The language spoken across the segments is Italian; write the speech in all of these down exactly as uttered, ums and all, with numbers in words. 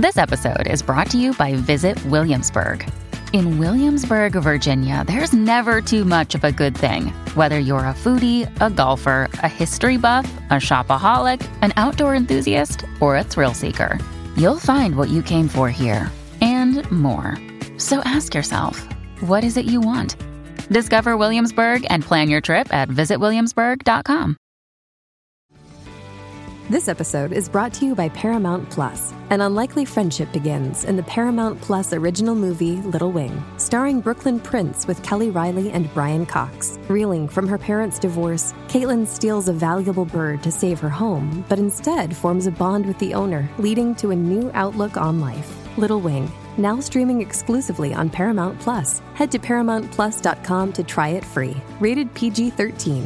This episode is brought to you by Visit Williamsburg. In Williamsburg, Virginia, there's never too much of a good thing. Whether you're a foodie, a golfer, a history buff, a shopaholic, an outdoor enthusiast, or a thrill seeker, you'll find what you came for here and more. So ask yourself, what is it you want? Discover Williamsburg and plan your trip at visit williamsburg dot com. This episode is brought to you by Paramount Plus. An unlikely friendship begins in the Paramount Plus original movie Little Wing, starring Brooklyn Prince with Kelly Riley and Brian Cox. Reeling from her parents' divorce, Caitlin steals a valuable bird to save her home, but instead forms a bond with the owner, leading to a new outlook on life. Little Wing, now streaming exclusively on Paramount Plus. Head to paramount plus dot com to try it free. Rated P G thirteen.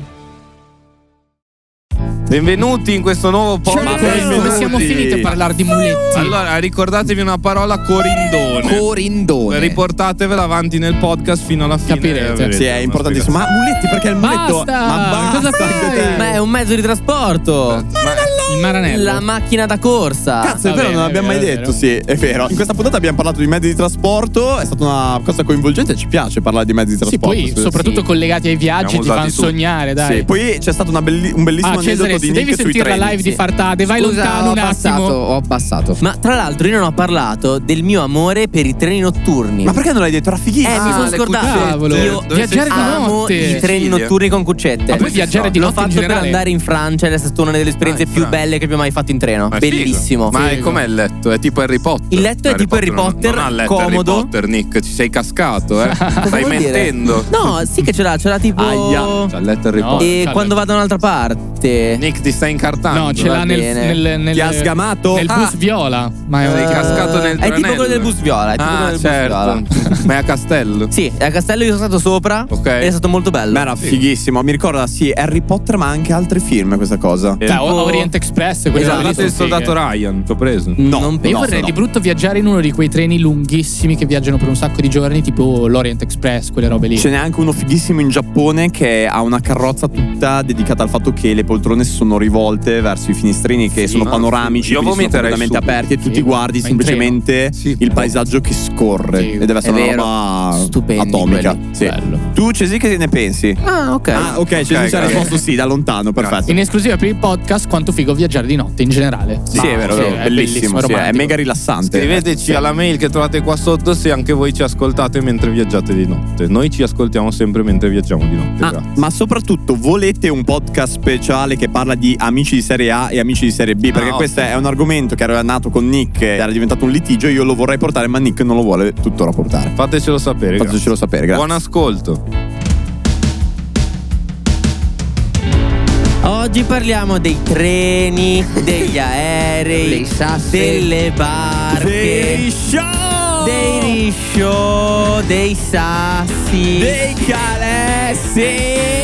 Benvenuti in questo nuovo podcast. Come siamo finiti a parlare di muletti? Allora, ricordatevi una parola: corindone. Corindone. Riportatevela avanti nel podcast fino alla fine. Capirete. Sì, è importantissimo. Ma muletti, perché il muletto. Basta! Ma basta, Cosa fai? anche te. Ma è un mezzo di trasporto. Il Maranello. La macchina da corsa. Cazzo, è Va vero, bene, non l'abbiamo è mai vero, detto, sì, è vero. In questa puntata abbiamo parlato di mezzi di trasporto, è stata una cosa coinvolgente, ci piace parlare di mezzi di Sì, trasporto. poi soprattutto sì. collegati ai viaggi Abbiamo ti fanno usati tutti. sognare, dai. Sì, poi c'è stato una belli- un bellissimo Ah, aneddoto Cesare, di se devi Nick sui sentire treni. la live di Sì. Fartade, vai Scusa, lontano ho un passato, attimo. ho passato. Ma tra l'altro io non ho parlato del mio amore per i treni notturni. Ma perché non l'hai detto? Era fighissimo. Eh, mi sono le scordato. cuccette. Cavolo. Io Dove Viaggiare sei di stato? amo notte. i treni Sicilia. notturni con cuccette. Ma poi viaggiare di L'ho notte in fatto per generale. andare in Francia ed è stata una delle esperienze Ah, in più Francia. belle che abbia mai fatto in treno. Ma è Bellissimo. figo. Ma è Figo. com'è il letto? È tipo Harry Potter. Il letto è tipo Harry non- Potter, non ha letto comodo. Harry Potter, Nick, ci sei cascato, eh. Stai vuol dire? mentendo. No, sì che ce l'ha, ce l'ha tipo. Aia. C'ha il letto Harry No. Potter. E C'ha quando le- vado da un'altra parte. Nick, ti stai incartando. No, ce Va l'ha nel, bene. nel, nel Ti ha sgamato? nel Ah. bus viola. Ma è Sei un- cascato nel È tipo tranello. quello del bus viola. È tipo quello Ah, del bus viola. certo. Ma è a Castello. Sì, a Castello io sono stato sopra. Ok. Ed è stato molto bello. Ma era fighissimo. Mi ricorda, sì, Harry Potter, ma anche altri film questa cosa. Eh, Cioè, tipo- Orient Express, quelle Esatto. robe lì Guardate sono il soldato fighe. Ryan, ci ho preso. No, Non Io penso. vorrei no. di brutto viaggiare in uno di quei treni lunghissimi che viaggiano per un sacco di giorni, tipo l'Orient Express, quelle robe lì. Ce n'è anche uno fighissimo in Giappone che ha una carrozza tutta dedicata al fatto che le poltrone sono rivolte verso i finestrini che Sì. sono Ah, panoramici, io quindi sono vomiterei completamente subito. aperti e tu Sì. ti guardi Ma in semplicemente Sì. il paesaggio che scorre Sì. e deve essere È una vero. roba Stupendi atomica. quelli. Sì. Bello. Tu Cesi che ne pensi? Ah, ok. Ah, ok, Cesi ci ha grazie. risposto sì, da lontano, perfetto. In esclusiva per il podcast, quanto figo viaggiare di notte in generale. Sì, Ma- è vero, sì, è è bellissimo, sì, è romantico. mega rilassante. Scriveteci alla mail che trovate qua sotto se anche voi ci ascoltate mentre viaggiate di notte. Noi ci ascoltiamo sempre mentre viaggiamo di notte. Ah, grazie. ma soprattutto volete un podcast speciale che parla di amici di serie A e amici di serie B? Perché Ah, questo ottimo. è un argomento che era nato con Nick, era diventato un litigio, io lo vorrei portare, ma Nick non lo vuole tuttora portare. Fatecelo sapere. Fatecelo grazie. sapere, grazie. Buon ascolto. Oggi parliamo dei treni, degli aerei, Dei sassi. delle barche, Dei show! dei risciò, dei sassi. Dei calessi!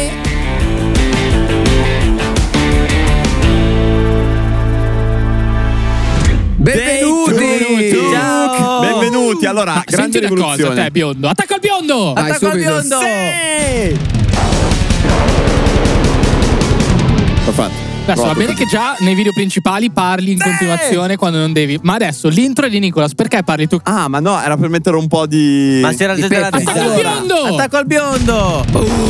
Benvenuti! Benvenuti! Ciao! Benvenuti! Allora, Ma grande senti una cosa, rivoluzione. te biondo. Attacca al biondo! Vai, Attacco al subito. biondo! Sì! Perfetto. Adesso va bene che già nei video principali parli in continuazione quando non devi. Ma adesso l'intro è di Nicolas, perché parli tu? Ah, ma no, era per mettere un po' di... Ma si era già Dipende. della Attacco al Allora, biondo! Attacco al biondo!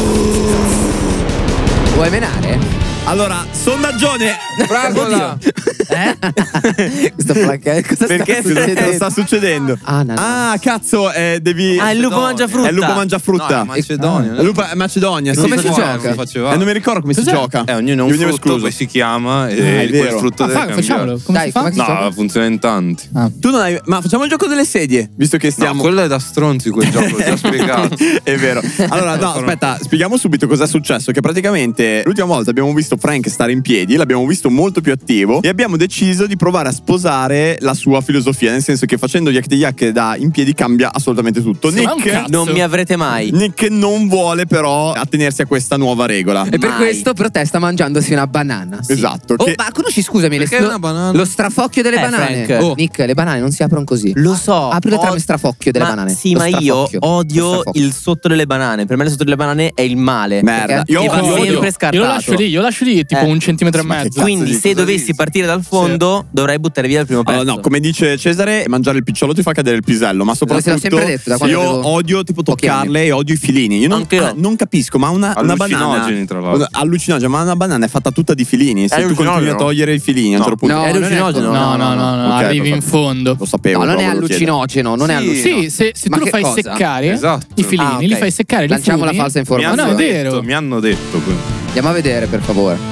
Vuoi menare? Allora, sondaggione! Fragola. Eh? Questo placca- cosa Perché sta cosa succedendo? sta succedendo? Ah, no, no. Ah, cazzo, eh, devi... Ah, il lupo Macedonia. mangia frutta. È il lupo mangia frutta. No, è Macedonia. È lupo è Macedonia. Come sì, si sì. gioca? Faceva. Eh, non mi ricordo come Cos'è? si gioca. Eh, ognuno è un Io ne ho frutto, escluso. poi si chiama e Ah, è quel vero. frutto Ah, deve fa- cambiare. facciamolo. Come Dai, si fa? come si No, gioca? funziona in tanti. Ah. Tu non hai... Ma facciamo il gioco delle sedie, visto che No, stiamo... quello è da stronzi quel gioco, l'ho già spiegato. È vero. Allora, no, aspetta, spieghiamo subito cosa è successo. Che praticamente l'ultima volta abbiamo visto Frank stare in piedi, l'abbiamo visto molto più attivo e abbiamo deciso di provare a sposare la sua filosofia, nel senso che facendo yak de yak da in piedi cambia assolutamente tutto. Sì, ma un Nick, cazzo. Non mi avrete mai. Nick non vuole però attenersi a questa nuova regola. E per Mai. questo protesta mangiandosi una banana. Esatto. Oh, che- ma conosci, scusami, le, Perché lo, una banana? lo strafocchio delle Eh, banane. Frank. Oh, Nick, le banane non si aprono così. Lo so. Apri le od- trame strafocchio delle ma banane. Sì, Lo ma io strafocchio. Lo odio strafocchio. il sotto delle banane. Per me il sotto delle banane è il male. Merda. Perché? Io E va odio- sempre scartato. Io lo lascio lì, io lo lascio lì tipo Eh. un centimetro e Ma che mezzo. cazzo Quindi di se cosa dovessi dici? partire dal in fondo dovrai buttare via il primo pezzo. Allora, no, come dice Cesare, mangiare il picciolo ti fa cadere il pisello, ma soprattutto l'ho sempre detto, da quando io avevo odio tipo pochi toccarle anni. e odio i filini. Io non, Anche io. ah, non capisco, ma una, una banana Allucinogeni, tra l'altro. allucinogena, ma una banana è fatta tutta di filini. Se È tu continui a allucinogeno. togliere i filini a un certo punto. No, È non è allucinogeno. No, no, no, no, Ok, arrivi lo in so. fondo. Lo sapevo. No, non è però volevo chiedere. allucinogeno, non è Sì, allucinogeno. Sì, se, se Ma tu lo che fai cosa? seccare, Esatto. i filini, Ah, ok. li fai seccare, li Lanciamo fumi. la falsa Mi informazione. hanno no, è detto, vero. mi hanno detto. Andiamo a vedere, per favore.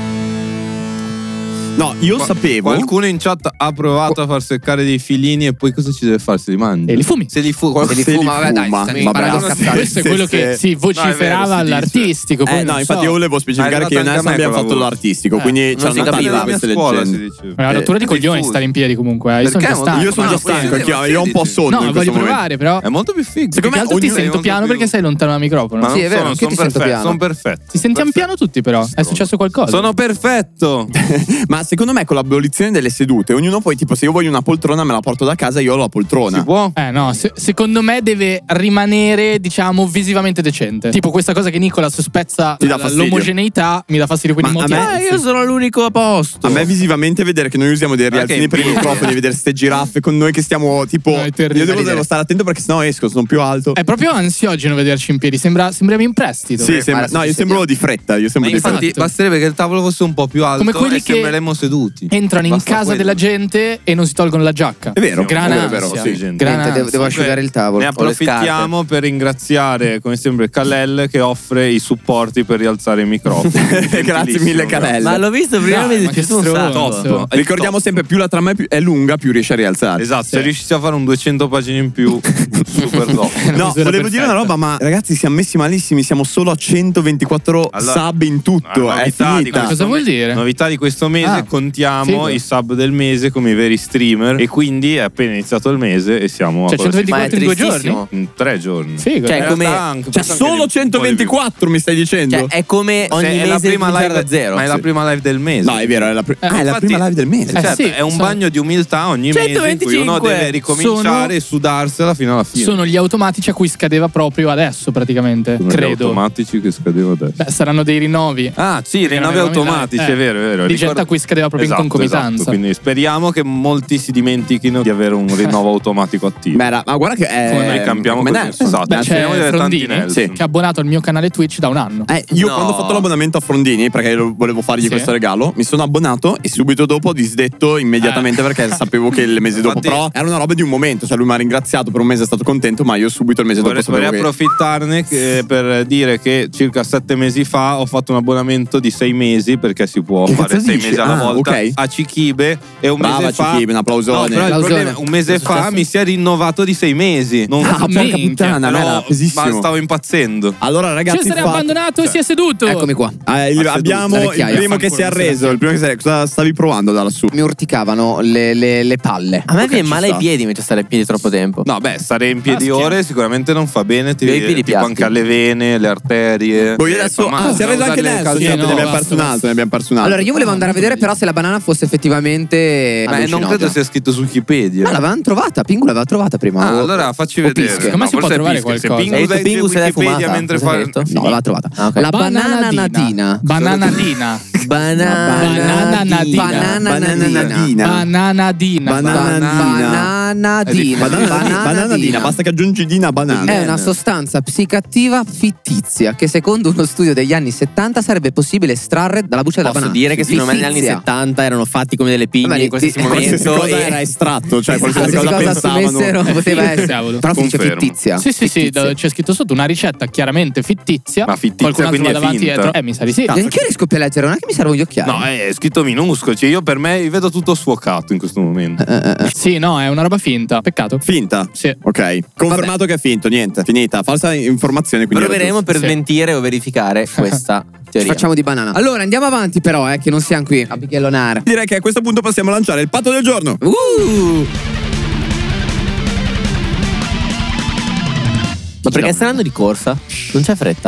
No, io Qua- sapevo. Qualcuno in chat ha provato a far seccare dei filini e poi cosa ci deve fare? Se li mangi? E li fumi. Se li fu- Se li Se li fuma, vabbè, dai, fuma. stanno Vabbè, imparando a sì, scattare. Questo è se- quello che se- si vociferava No, è vero, si dice. all'artistico. poi Eh, no, non infatti so. io volevo specificare Ah, che io e è Ness arrivato anche a abbiamo me fatto quella l'artistico, Eh, quindi non c'erano si tante capiva. di queste Nella mia scuola si leggende. diceva. È una rottura di Eh, coglioni diffuso. stare in piedi comunque. eh. Io sono Perché già è molto- stanco. Io sono No, già poi stanco, sì, anch'io, ma io ho un po' sì, sonno No, in voglio questo momento. provare, però. È molto più figo. Più che altro ti ognuno è sento molto piano più- perché sei lontano dal microfono. Ma Sì, non è vero, sono, anch'io sono ti sento perfetto, piano. sono perfetto. Ci sentiamo piano tutti, però. È successo qualcosa. Sono perfetto. Ma secondo me con l'abolizione delle sedute, ognuno poi tipo se io voglio una poltrona me la porto da casa, io ho la poltrona. Si può? Eh no, se- secondo me deve rimanere, diciamo, visivamente decente. Tipo questa cosa che Nicolas spezza Ti dà l- fastidio. l'omogeneità, mi dà fastidio, quindi Ma a molti me- Ah, altri. io sono l'unico a posto. A me visivamente vedere che noi usiamo dei Ma che rialzini per i invidia. microfoni, vedere ste giraffe con noi che stiamo tipo. No, è terribile. io devo, devo stare attento perché sennò esco, sono più alto. È proprio ansiogeno vederci in piedi, sembra, sembriamo in prestito. Sì, sembra- guarda, no, io se sembro di fretta, io Ma sembro di infatti fretta. basterebbe che il tavolo fosse un po' più alto Come quelli e che sembreremmo seduti. Entrano in Basta casa quello. della gente e non si tolgono la giacca. È vero, Gran è vero, è vero, ansia. sì. Gran Niente, devo, ansia. devo asciugare il tavolo. Ne Ho le approfittiamo per ringraziare, come sempre, Kalel che offre i supporti per rialzare i microfoni. Grazie mille, Kalel. Ma l'ho visto prima e Dai, mi è ma che dispiaciuto un stronzo. sacco. Top. È Ricordiamo top. sempre più la trama è, più- è lunga, più riesci a rialzare. Esatto, Sì. se riuscissi a fare un duecento pagine in più, super top. Una No, misura volevo dire una perfetta. roba, ma ragazzi, siamo messi malissimi. Siamo solo a centoventiquattro Allora, sub in tutto. la È novità di finita. questo Cosa vuol me- dire? Novità di questo mese, Ah, contiamo figo. i sub del mese come i veri streamer. E quindi è appena iniziato il mese e siamo Cioè, a cosa si- centoventiquattro in due tristissimo. giorni? in tre giorni. Figo. Cioè, In come- realtà anche- Cioè, forse anche solo di- un po' di più. centoventiquattro mi stai dicendo? Cioè, è come Se ogni è la mese prima iniziare live da zero. Ma è la Sì. prima live del mese. No, è vero, è la, pri- Eh, ah, è la infatti- prima live del mese. Eh, Certo, sì, è un sono- bagno di umiltà ogni mese in cui uno centoventicinque. deve ricominciare Sono- e sudarsela fino alla fine. Sono gli automatici a cui scadeva proprio adesso, praticamente. Sono gli Credo. automatici che scadeva adesso. Beh, saranno dei rinnovi. Ah, sì, Erano rinnovi rinnovi automatici, live. è vero, è vero. Di gente Ricordo- a cui scadeva proprio in Esatto, concomitanza. esatto. Quindi speriamo che molti si dimentichino di avere un rinnovo automatico attivo. Beh, ra- ma guarda che è. Come noi campiamo come così. Nelson. Esatto. Beh, Beh, c'è speriamo di avere tanti Frondini Nelson. Sì. che è abbonato al mio canale Twitch da un anno. Eh, io No. quando ho fatto l'abbonamento a Frondini, perché lo- volevo fargli Sì. questo regalo, mi sono abbonato e subito dopo ho disdetto immediatamente Eh. perché sapevo che il mese dopo. Infatti- Però era una roba di un momento, cioè lui mi ha ringraziato per un mese, è stato contento, ma io subito il mese Vorrei, dopo vorrei sapevo che. approfittarne che- per dire che circa sette mesi fa ho fatto un abbonamento di sei mesi perché si può Che fare cazzo sei dici? mesi alla Ah, volta ok. a Cichibe e un Brava, mese fa Cichibe, un applausone. No, però il Applausone. problema è un mese Cosa è fa successo? mi si è rinnovato di sei mesi. Non Ah, porca minchia. puttana, a me era però- pesissimo. ma stavo impazzendo. Allora, ragazzi, Cesare è fate- abbandonato e si è seduto. Eccomi qua. Eh, il- seduto. abbiamo La il vecchiaia. primo che si è Fanculo, arreso. Il primo che si è arreso. Cosa stavi provando da lassù? Mi urticavano le, le- le palle. A me Ok, viene ci male sta. ai piedi mentre stare in piedi troppo tempo. No, beh, stare in piedi Ah, ore sicuramente non fa bene. Ti Io i piedi tipo piatti. anche alle vene, le arterie. Poi Eh, adesso. fa male. Ah, si è arreso Bisogna anche usare le Nelson. calze- Sì, Sì, ne no, abbiamo basta, perso un altro. basta. Ne abbiamo perso un altro. Allora, io volevo andare a vedere però se la banana fosse effettivamente. Ma non credo allucinogena. sia scritto su Wikipedia. Ma l'avevano trovata, Pingu l'aveva trovata prima. Ah, O- allora facci o vedere. Pische. Secondo me si può forse è trovare Pische. Se qualcosa. Pingu Hai detto legge Pingu se l'hai Wikipedia fumata? mentre Cosa fa hai detto? No, l'aveva trovata. Ah, ok. La bananadina. Bananadina. Banana. Bananadina. Bananadina. Bananadina. Bananadina. Bananadina. Bananadina. Bananadina. Basta che aggiungi Dina banana. È una sostanza psicoattiva fittizia che secondo uno studio degli anni settanta sarebbe possibile estrarre dalla buccia della Posso banana. dire che secondo me negli anni Fittizia. settanta erano fatti come delle pigne Vabbè, in qualsiasi di- Qualsiasi momento. cosa e- era estratto, cioè qualsiasi Qualsiasi cosa cosa pensavano. assumessero poteva essere. Cavolo. Però si dice Confermo. fittizia. Sì, sì, sì, Fittizia. da- c'è scritto sotto una ricetta chiaramente fittizia. Ma fittizia, Qualcun altro quindi va è davanti finta? dietro. Eh, mi sa di sì. Anche io riesco più a leggere, non è che mi servono gli occhiali. No, è scritto minuscolo. Cioè, io per me vedo tutto sfuocato in questo momento. Sì, no, è una roba finta. Peccato. Finta. Sì. Ok. Confermato che è finto, niente. Finita. Falsa informazione. Quindi era Proveremo per Sì. smentire o verificare questa Ci teoria. facciamo di banana. Allora andiamo avanti però, eh, che non siamo qui a bighellonare. giusto. Direi che a questo punto possiamo lanciare il patto del giorno. Uh! Ma perché sta andando di corsa? Non c'è fretta?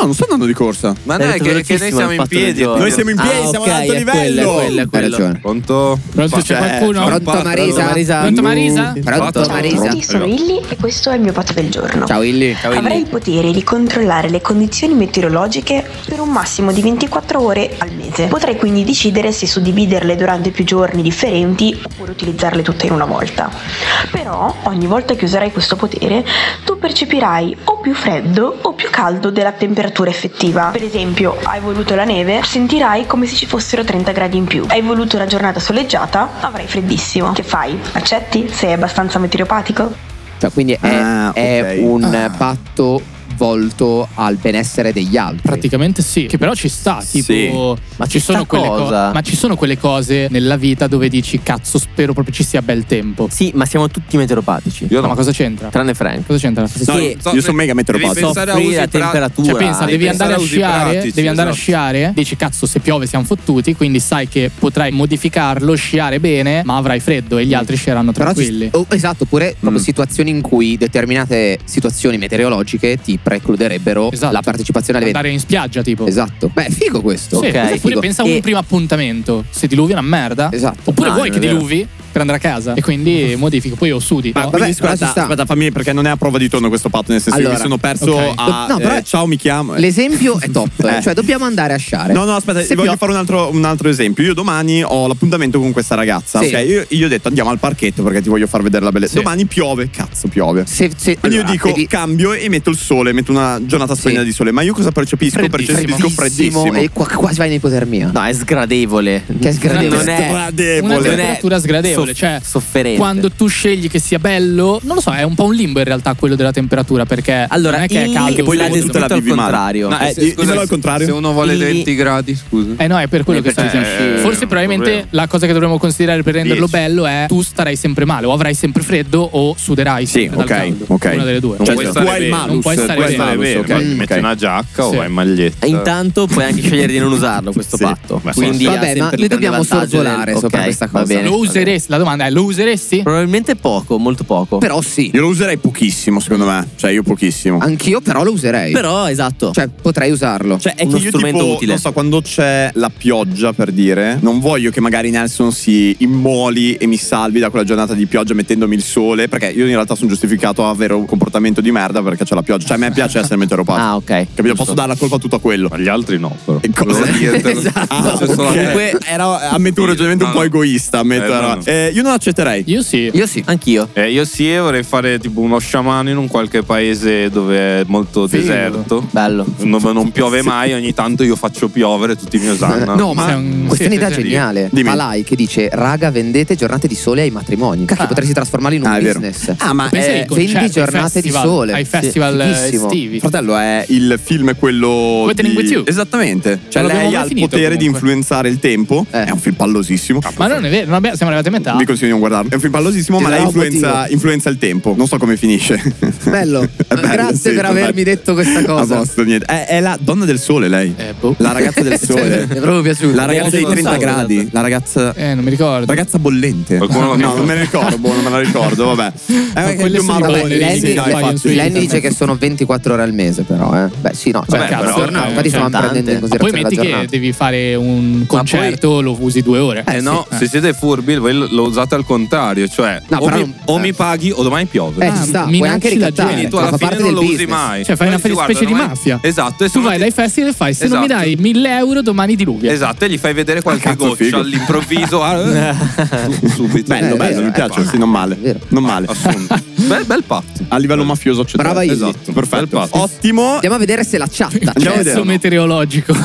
non sto andando di corsa. Ma no, è che, che noi siamo in piedi. Noi siamo in piedi, ah, siamo okay, ad alto è livello. quello, è quello, è Hai quello. ragione. Pronto? Pronto, c'è qualcuno? Pronto Marisa? Marisa? Pronto Marisa? Pronto Marisa? Io sono Illy e questo è il mio patto del giorno. Ciao Illy. Ciao, Avrai Illy. il potere di controllare le condizioni meteorologiche per un massimo di ventiquattro ore al mese. Potrai quindi decidere se suddividerle durante più giorni differenti oppure utilizzarle tutte in una volta. Però ogni volta che userai questo potere tu percepirai o più freddo o più caldo della temperatura effettiva. Per esempio, hai voluto la neve, sentirai come se ci fossero trenta gradi in più. Hai voluto una giornata soleggiata, avrai freddissimo. Che fai? Accetti? Sei abbastanza meteoropatico? Cioè, quindi è, Ah, è ok. un Ah. patto volto al benessere degli altri. Praticamente sì, che però ci sta, tipo Sì. Ma ci ci sono sta quelle co- cosa? ma ci sono quelle cose nella vita dove dici cazzo, spero proprio ci sia bel tempo. Sì, ma siamo tutti meteoropatici. Io No, ma no. cosa c'entra? Tranne Frank. Cosa c'entra? No, Sì. io sono mega meteoropatico. Devi pensare a Soffri usi la pra- temperatura. Cioè pensa, devi devi andare a pensare a usi sciare, pratici, devi andare a esatto. sciare, dici cazzo se piove siamo fottuti, quindi sai che potrai modificarlo, sciare bene, ma avrai freddo e gli altri scieranno Però ci- tranquilli. oh, esatto, oppure proprio Mm. situazioni in cui determinate situazioni meteorologiche ti precluderebbero Esatto. la partecipazione all'evento. Andare in spiaggia tipo. Esatto. Beh, figo questo. Sì, Ok. oppure Figo. pensa a E- un primo appuntamento. Se diluvi è una merda. Esatto. Oppure Ah, vuoi è che vero. diluvi per andare a casa. E quindi modifichi, poi o sudi. Ma no? quindi Vabbè, però aspetta, ci sta. aspetta, fammi perché non è a prova di tonno questo patto, nel senso che Allora, mi sono perso ok. a No, però- eh, ciao mi chiamo. L'esempio è top. Eh. Cioè, dobbiamo andare a sciare. No, no, aspetta, Se voglio pio- fare un altro, un altro esempio. Io domani ho l'appuntamento con questa ragazza. Sì. Ok, io, io ho detto andiamo al parchetto perché ti voglio far vedere la bellezza. Sì. Domani piove, cazzo, piove. Se, se, Quindi allora, io dico devi- cambio e metto il sole, metto una giornata splendida Sì. di sole. Ma io cosa percepisco? Freddissimo. Percepisco freddissimo. E qua- quasi vai in ipotermia. No, è sgradevole. Che è sgradevole. Non è Una Gradevole. temperatura sgradevole, soff- cioè sofferente. quando tu scegli che sia bello, non lo so, è un po' un limbo in realtà quello della temperatura, perché Allora, non è che è il- caldo. Che poi la la freddo. tutta la tutto al vivi male. contrario. No, eh, Se- di- scusa, dimmelo al contrario. Se uno vuole Il- venti gradi, scusa. Eh no, è per quello che sto Eh, dicendo. eh, Forse eh, probabilmente problema. la cosa che dovremmo considerare per renderlo dieci. bello è tu starai sempre male, o avrai sempre freddo o suderai Sì, sempre dal ok, caldo. ok. Una delle due. Non Cioè, puoi tu stare hai il bene. malus, Non puoi stare tu hai il bene. malus, bene, ok, ma ti ok. metti una giacca Sì. o vai in maglietta. E intanto puoi anche scegliere di non usarlo questo Sì. patto. Beh, Quindi sì. ha Vabbè, sempre ma il noi grande dobbiamo vantaggio sorvolare del- sopra ok, questa va cosa. bene. Lo useresti? La domanda è: lo useresti? Probabilmente poco, molto poco. Però sì. Io lo userei pochissimo, secondo me. Cioè, io pochissimo. Anch'io però lo userei. Però esatto. Cioè, potrei usarlo. Cioè, è uno che io strumento tipo, utile. non so, quando c'è la pioggia, per dire, non voglio che magari Nelson si immoli e mi salvi da quella giornata di pioggia mettendomi il sole, perché io in realtà sono giustificato a avere un comportamento di merda perché c'è la pioggia. Cioè, a me piace essere meteoropatico. Ah, ok. Capito? Giusto. Posso dare la colpa a tutto a quello. Ma gli altri no, però. E cosa- Volevo dirtelo. Esatto. Ah, C'è solo ok. te. Comunque era, ammetto un ragionamento un No, po' no. egoista. Ammetto, Eh, no, era- no. Eh, io non accetterei. Io sì. Io sì. Anch'io. Eh, io sì, vorrei fare tipo uno sciamano in un qualche paese dove è molto Figo. deserto, Bello. dove non piove mai. Ogni tanto io faccio piovere tutti i miei osanna. No, ma Sei un- questa è sì, un'idea sì, sì. geniale. Dimmi. Malai che dice: raga, vendete giornate di sole ai matrimoni. Cacchio, Ah. potresti trasformarli in un Ah, è vero. business. Ah, ma Pensa ai è, concerti, vendi ai giornate di festival, sole. ai Sì, festival eh, fighissimo. estivi. fratello, è il film è quello Waiting di... with You. Esattamente. Cioè, Non l'abbiamo lei ha mai il finito, potere di comunque. influenzare il tempo. Eh. È un film pallosissimo. Ma non è vero, non abbiamo- siamo arrivati a metà. Vi consiglio di non guardarlo. È un film pallosissimo, Ti ma lei darà un influenza, motivo. influenza il tempo. Non so come finisce. Bello. È bello, Grazie sì, per vabbè. avermi detto questa cosa. A posto, niente. È, è la donna del sole, lei. Eh, boh. La ragazza del sole. Mi è proprio piaciuto. La ragazza dei Molto trenta lontano, gradi. esatto. La ragazza. Eh, non mi ricordo. Ragazza bollente. Qualcuno- No, non me ne ricordo, boh, non me la ricordo, vabbè. È quelle più sono marrone, quelle sì, Lenny, dai, Lenny- infatti. sui- Lenny dice che sono ventiquattro ore al mese, però, eh. Beh, sì, no. Cioè, Vabbè, cazzo, però, giornata. eh, Infatti, stiamo sono prendendo in tante. Ma poi considerazione metti la che giornata. devi fare un concerto, lo usi due ore. Eh no, sì. se siete furbi, voi lo lo usate al contrario, cioè No, o, però mi, non- o eh. mi paghi o domani piove. Eh, Ah, ci sta, puoi minacci anche la ricattare. gente. tu ma alla fa fine parte non del lo usi business. mai. Cioè, fai una Poi dici, specie guarda, di domani- mafia. Esatto, e Tu vai dai festival e fai: se non mi Esatto. dai mille euro, domani diluvia. Esatto, e gli fai vedere qualche cazzo, goccia figo. all'improvviso. ah, su- subito. Bello, Eh, bello, eh, mi piace, ecco. sì, non male. Vero. Non male. Assunto. Bel, bel patto. A livello mafioso accettabile. Brava Illy. Esatto, perfetto. Bel patto. Ottimo. Andiamo a vedere se la chatta. Andiamo a Pezzo vedere. meteorologico.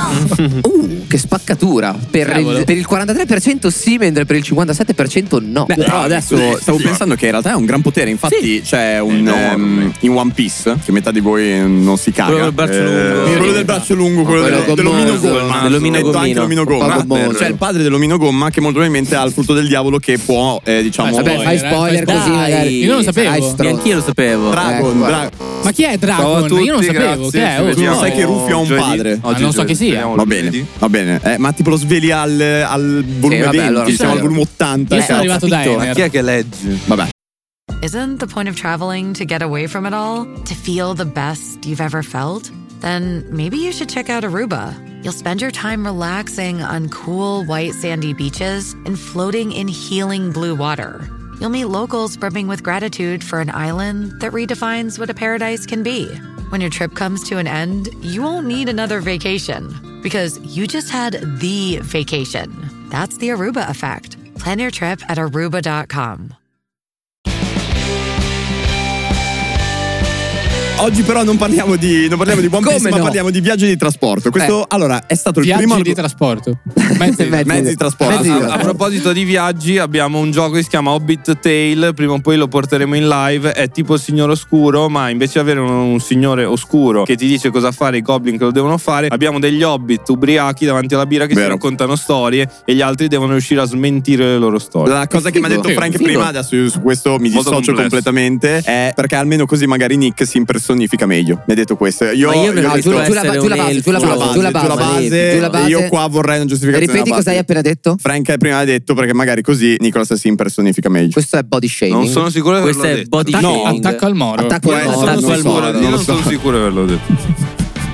Uh, che spaccatura. Per Cavolo. il, per il quarantatré per cento sì, mentre per il cinquantasette per cento no. Beh, però adesso stavo pensando che in realtà è un gran potere. Infatti, c'è un Enorme. ehm, in One Piece, che metà di voi non si caga. Quello del braccio lungo. quello del braccio lungo, quello, Quello del- dell'omino gommoso. gomma. Dell'omino E anche gommino. l'omino gomma. Un po' gommoso. C'è il padre dell'omino gomma che molto probabilmente ha il frutto del diavolo che può, eh, diciamo. Vabbè, Vabbè, fai Spoiler, eh, spoiler fai così spoiler. magari. Io non lo sapevo. Dai, stro- Neanch'io lo sapevo. Dragon, Ecco, Dra- Ma chi è Ciao a Dragon? tutti, Io non sapevo. grazie, Che è? ci Oh, vediamo sai che Rufy ha un giovedì. padre? Oggi non so gio- chi sia. speriamo Va bene, lunedì. va bene. Eh, ma tipo lo sveli al, al volume vabbè, venti, allora, siamo al sì. volume ottanta. Io sono cazzo. arrivato da Ma chi è Ener. che leggi? Vabbè. Isn't the point of traveling to get away from it all? To feel the best you've ever felt? then maybe you should check out Aruba. You'll spend your time relaxing on cool, white, sandy beaches and floating in healing blue water. You'll meet locals brimming with gratitude for an island that redefines what a paradise can be. When your trip comes to an end, you won't need another vacation because you just had the vacation. That's the Aruba effect. Plan your trip at aruba dot com. Oggi però non parliamo di non parliamo di One Piece, Come ma no? parliamo di viaggi di trasporto. Questo Eh. allora è stato il Viaggi primo di trasporto. Mezzi, mezzi di trasporto. mezzi di A, a trasporto. proposito di viaggi, abbiamo un gioco che si chiama Hobbit Tale. Prima o poi lo porteremo in live. È tipo il signore oscuro, ma invece di avere un, un signore oscuro che ti dice cosa fare, i goblin che lo devono fare, abbiamo degli hobbit ubriachi davanti alla birra che Vero. si raccontano storie e gli altri devono riuscire a smentire le loro storie. La cosa che mi ha detto Figo. Frank Figo. prima, adesso io su questo mi Molto dissocio complesso. completamente, è perché almeno così magari Nick si impersonifica meglio. Mi ha detto questo. Io, Ma io io no, ho detto- giù la- giù la- essere giù la un base, giù la elfo. base, giù la base, giù la base, giù la base. Io qua vorrei una giustificazione. Ripeti alla cosa hai base. appena detto? Frank prima ha detto perché magari così Nicolas si impersonifica meglio. Questo è body shaming. Non sono sicuro di averlo Questo è detto. body No, shaming. Attacco al Moro. Attacco al Eh, Moro. sono Attacco al sicuro, Moro. Io non non lo so. sono sicuro di averlo detto.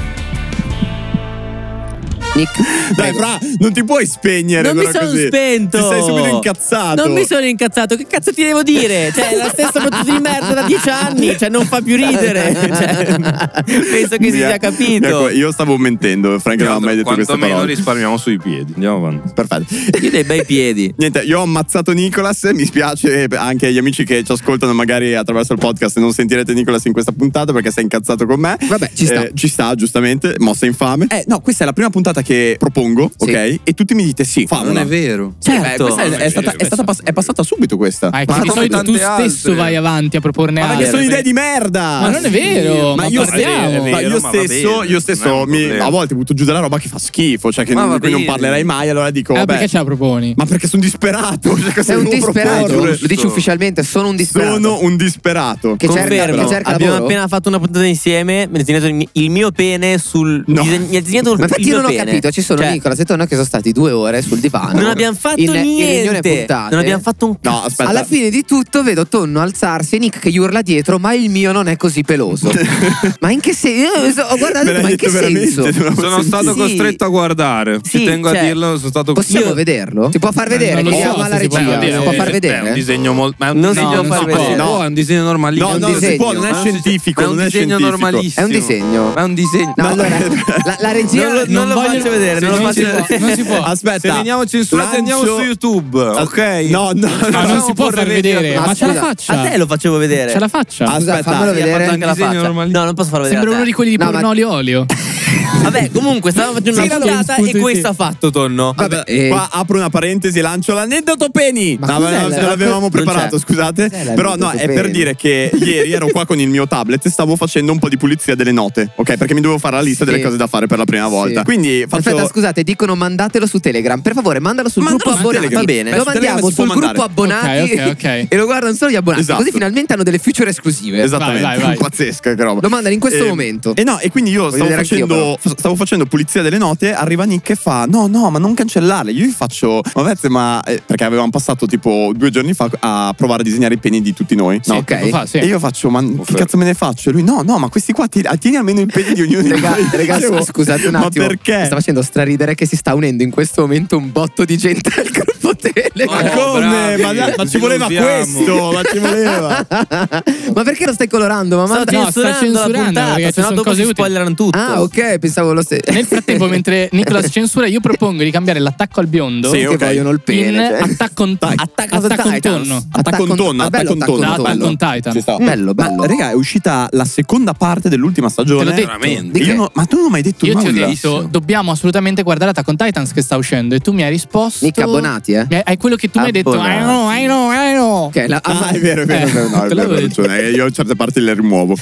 Nick. Dai, Fra, non ti puoi spegnere. Non mi però sono così. spento. Ti sei subito incazzato. Non mi sono incazzato. Che cazzo ti devo dire? Cioè, è la stessa battuta di merda da dieci anni. Cioè, non fa più ridere. Cioè, penso che si Via. sia capito. Ecco, io stavo mentendo. Frank non aveva mai detto queste Quanto meno parole. risparmiamo sui piedi. Andiamo avanti. Perfetto. Io dei bei piedi. Niente, io ho ammazzato Nicolas. Mi spiace anche agli amici che ci ascoltano magari attraverso il podcast e non sentirete Nicolas in questa puntata perché sei incazzato con me. Vabbè, ci sta. Eh, ci sta, giustamente. Mossa infame. Eh, no, questa è la prima puntata che propongo, Sì. ok? E tutti mi dite sì. Famola. Non è vero. Sì, beh, Certo. questa è, Non è è stata, vero, è, stata pass- è passata subito questa. Ah, è che Ma di come solito tu tante stesso altre. vai avanti a proporne Ma altre. perché sono idee di merda. Ma non è vero. Ma Ma io, parliamo. stesso, È ma vero, io ma va stesso, bene, io non è stesso un mi- problema. a volte butto giù della roba che fa schifo, cioè che Ma non, va di cui non bene. parlerai mai. Allora dico, Eh, vabbè, perché ce la proponi? ma perché sono disperato. Cioè, cosa Sei un devo disperato. proporre? Lo dici ufficialmente, sono un disperato. Sono un disperato. Che cerca, Confermo. che cerca Abbiamo lavoro? appena fatto una puntata insieme. Mi ha disegnato il mio- il mio pene sul. No. diseg- Mi ha disegnato Ma infatti il io mio non ho pene. capito, ci sono Cioè, Nicola e Tonno che sono stati due ore sul divano. Non abbiamo fatto in, in riunione niente. puntate. Non abbiamo fatto un No, aspetta. Alla fine di tutto vedo Tonno alzarsi e Nick che gli urla dietro, ma il mio non è così peloso. Ma in che senso? Ho guardato, Me l'hai ma in che detto veramente, senso? non l'avevo Sono stato Sì. costretto a guardare. Ci Sì, tengo cioè, a dirlo. Sono stato Possiamo Io- vederlo? Si può far vedere? non lo Chiediamo so alla se si può regia. vedere. Si può far È vedere? un disegno molto. Ma Non si no, può non far si può. vedere. No, è un disegno normalissimo. No, no, un non si disegno. può, non è Ma scientifico, ma è un non è disegno scientifico. normalissimo. È un disegno. Ma è un disegno. No, allora, la, la regia Non lo- non lo voglio- faccio vedere, non lo non faccio si può, vedere. non si può. Aspetta. Se veniamo censurati andiamo lancio- su YouTube. Ok. No, no, Ma no. non si può far vedere. Ma Ma ce la scusa, faccia. A te lo facevo vedere. Ce la faccia. Ah, Scusa, Aspetta, fammelo Sì, ha vedere. fatto anche la Disegno faccia. normalissimo. No, non posso farlo vedere. Sembra a uno te. di quelli di No, ma- Bruno Olio Olio. Vabbè, comunque stavamo facendo una Sì, puntata spunto e di questo te. ha fatto Tonno. Vabbè, eh. qua apro una parentesi e lancio l'aneddoto Penny. Ma No, cos'è no, la- ce l'avevamo non preparato, c'è. scusate. Cos'è Però no, l'aneddoto è per Penny? dire che ieri ero qua con il mio tablet e stavo facendo un po' di pulizia delle note, ok? Perché mi dovevo fare la lista Sì. delle cose da fare per la prima volta. Sì. Quindi faccio. Aspetta, scusate, dicono mandatelo su Telegram. Per favore, mandalo sul Mandalo gruppo su abbonati. Telegram. Va bene. Lo Su Telegram mandiamo si può sul mandare. gruppo abbonati Ok, ok, ok. e lo guardano solo gli abbonati. Esatto. Così finalmente hanno delle feature esclusive. Esattamente, Vai, vai, vai. pazzesca che roba. Lo mandano in questo E- momento. E no, e quindi io Voglio stavo vedere anch'io, facendo, f- stavo facendo pulizia delle note. Arriva Nick e fa: No, no, ma non cancellarle. Io gli faccio: Ma Vezze, ma eh, perché avevamo passato tipo due giorni fa a provare a disegnare i peni di tutti noi. Sì, No? ok. Lo fa, sì. E io faccio: Ma che cazzo me ne faccio? E lui: No, no, ma questi qua ti- tieni almeno i peni di ognuno di Rega- noi. Ragazzi, Dicevo, scusate un attimo. Ma perché? Mi sta facendo straridere che si sta unendo in questo momento un botto di gente al gruppo Telegram. Ma Oh, come? bravi, ma, dai, ma ci ci voleva illusiamo. questo, ma ci voleva. Ma perché lo stai colorando? Ma Sto manda- No, sta censurando la censurando, puntata, perché ci sennò sono dopo cose si utili. spoilerano tutto. Ah, ok, pensavo lo stesso. Nel frattempo, mentre Nicolas censura, io propongo di cambiare l'attacco al biondo Sì, che ok. vogliono il in pene. cioè. Attack on Dai, Attack on Attack on Titans. tonno. Attack on tonno, Ah, attack bello, on attack on tonno. Attack bello. on Titan. Ci sta. Bello, bello. Ma, raga, è uscita la seconda parte dell'ultima stagione. Te l'ho detto. Veramente. Io Di che? non- ma tu non mi hai detto Io ti ho nulla. detto, dobbiamo assolutamente guardare Attack on Titans che sta uscendo. E tu mi hai risposto. Nick abbonati, eh? Mi hai- Hai quello che tu mi hai detto. Abbonati. I know, I know, I know. Ok, la- Ah, è vero, è vero, Eh, è vero, no, è te vero, l'avevo hai detto. ragione. Io certe parti le rimuovo.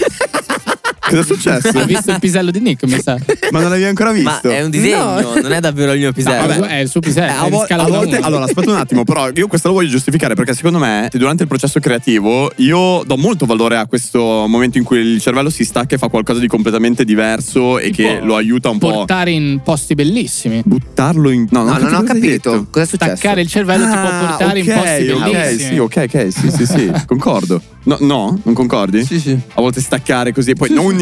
Cosa è successo? Hai visto il pisello di Nick, mi sa. Ma non l'avevi ancora Ma visto? è un disegno, No. non è davvero il mio pisello. vabbè. È il suo pisello. Eh, è a, in vo- scala a uno a volte, uno. allora aspetta un attimo, però io questo lo voglio giustificare perché secondo me durante il processo creativo io do molto valore a questo momento in cui il cervello si stacca e fa qualcosa di completamente diverso e Ti che può lo aiuta un po'. portare in posti bellissimi. Buttarlo in. No, No, non ho cosa hai capito. detto. Cosa è successo? Staccare il cervello ti può Ah, portare ok, in posti ok, bellissimi. sì, ok, ok, sì, sì, sì, concordo. No, no, non concordi? Sì, sì. A volte staccare così, poi Sì, non sì.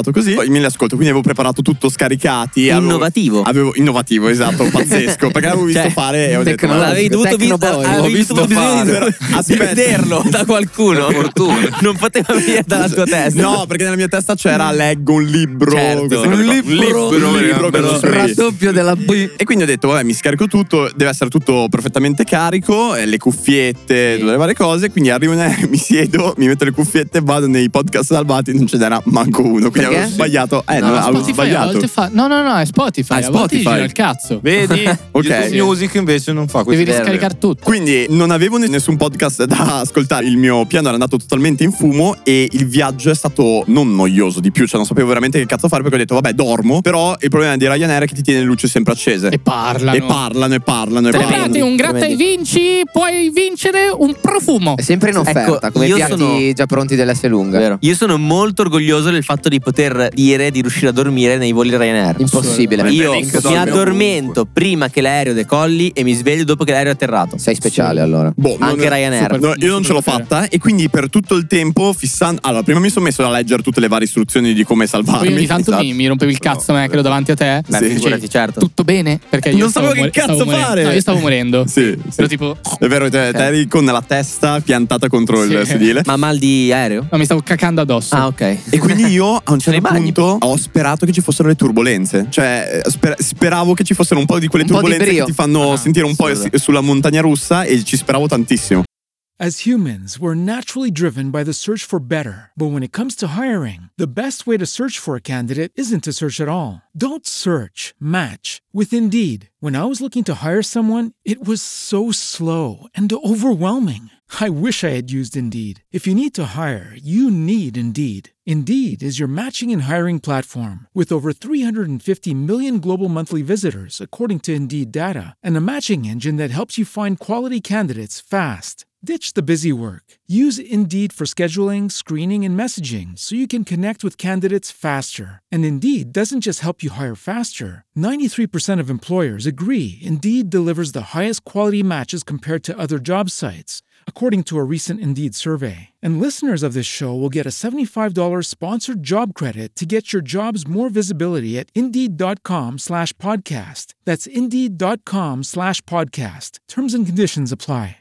iniziato così. Poi me li ascolto, quindi avevo preparato tutto scaricati. avevo- Innovativo. Avevo, innovativo, esatto, pazzesco. Perché l'avevo visto Cioè, fare e ho detto tecnologico. "Ma- Avevi dovuto, vi- Tecnoboy. avevi Ho visto dovuto bisogno di, fare. di Aspetta. vederlo da qualcuno. Per fortuna. Non poteva venire dalla tua testa. No, perché nella mia testa c'era leggo un libro. Certo. queste Un cose qua. libro. un libro, Un libro, quello bello. sì. Raddoppio della B. E quindi ho detto, vabbè, mi scarico tutto, deve essere tutto perfettamente carico, eh, le cuffiette, tutte le varie cose. Quindi arrivo, in aereo, mi siedo, mi metto le cuffiette, vado nei podcast salvati, non ce n'era manco uno. Quindi Perché? avevo sbagliato. Eh, No, no, avevo Spotify a sbagliato. volte fa. No, no, no, è Spotify. Ah, è a volte Spotify. gira il cazzo. Vedi? Ok. YouTube Music invece non fa questo. Devi riscaricare tutto. Quindi non avevo ne- nessun podcast da ascoltare, il mio piano era andato totalmente in fumo e il viaggio è stato non noioso di più, cioè non sapevo veramente che cazzo fare perché ho detto vabbè dormo, però il problema di Ryanair è che ti tiene le luci sempre accese. E parlano. E parlano e parlano e Tremendo. parlano. Comprate un gratta e Tremendi. vinci, puoi vincere un profumo. È sempre in offerta, Ecco, come i io piatti sono- già pronti dell'S lunga. Vero. Io sono molto orgoglioso del fatto di poter dire di riuscire a dormire nei voli Ryanair. Impossibile. Io Link mi dorme addormento prima che l'aereo decolli e mi sveglio dopo che l'aereo è atterrato. Sei speciale allora. Boh, non- Anche Ryanair. super- No, io non ce l'ho super fatta e quindi per tutto il tempo fissando. Allora, prima mi sono messo a leggere tutte le varie istruzioni di come salvarmi. Poi ogni tanto esatto. mi, mi rompevi il cazzo me che ero davanti a te. Beh, Dicevi, figurati, certo. Tutto bene? Perché io Non stavo sapevo che muore- cazzo stavo morendo. fare. No, io stavo morendo. Sì, sì. Ero tipo. È vero, te, te eri con la testa piantata contro il Sì. sedile. Ma mal di aereo? No, mi stavo cacando addosso. Ah, ok. E quindi io a un certo nei bagni. punto ho sperato che ci fossero le turbolenze. Cioè, eh, sper- speravo che ci fossero un po' di quelle Un po' di turbolenze brio. che ti fanno Ah, sentire un po' assurdo. s- sulla montagna russa e ci speravo tantissimo. As humans, we're naturally driven by the search for better. But when it comes to hiring, the best way to search for a candidate isn't to search at all. Don't search, match with Indeed. When I was looking to hire someone, it was so slow and overwhelming. I wish I had used Indeed. If you need to hire, you need Indeed. Indeed is your matching and hiring platform with over three hundred fifty million global monthly visitors, according to Indeed data, and a matching engine that helps you find quality candidates fast. Ditch the busy work. Use Indeed for scheduling, screening, and messaging so you can connect with candidates faster. And Indeed doesn't just help you hire faster. ninety-three percent of employers agree Indeed delivers the highest quality matches compared to other job sites, according to a recent Indeed survey. And listeners of this show will get a seventy-five dollars sponsored job credit to get your jobs more visibility at Indeed.com slash podcast. That's Indeed.com slash podcast. Terms and conditions apply.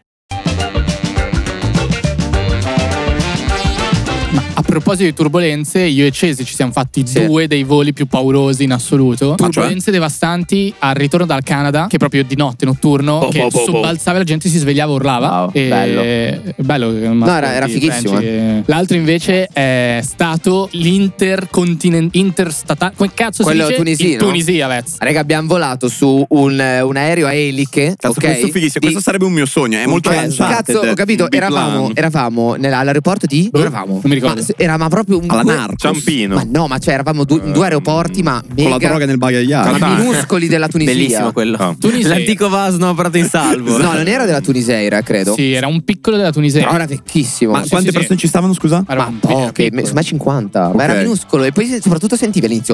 Ma a proposito di turbolenze, io e Cesi ci siamo fatti Sì. due dei voli più paurosi in assoluto. Turbolenze devastanti al ritorno dal Canada, che proprio di notte, notturno, Oh, che oh, oh, oh. sobbalzava e la gente si svegliava, urlava. Wow, e bello. bello. No, era- era fighissimo, eh. L'altro invece è stato l'intercontinentale interstatale. Come cazzo Quello si dice? tunisino? In Tunisia, Vez. Raga, abbiamo volato su un, un aereo a eliche. Cazzo, ok? questo è fighissimo. Di- Questo sarebbe un mio sogno. È molto Eh, lanciante. Cazzo, ho capito. Eravamo, eravamo nella- all'aeroporto di. Boh, eravamo. non mi ricordo. Ma s- eravamo proprio un Alla due- Narcos. Ciampino. Ma no, ma cioè eravamo due, in due aeroporti, ma Con la mega. droga nel bagagliaio. ma minuscoli della Tunisia. Bellissimo quello. Ah. Tunisia. L'antico vaso non operato in salvo. No, non era della Tuniseira, credo. Sì, era un piccolo della Tunisia. Però era vecchissimo. Ma Sì, quante sì, persone sì. ci stavano, scusa? Era Ma un- poche, era piccolo. secondo me cinquanta. Ma era Ok. minuscolo. E poi soprattutto sentivi all'inizio.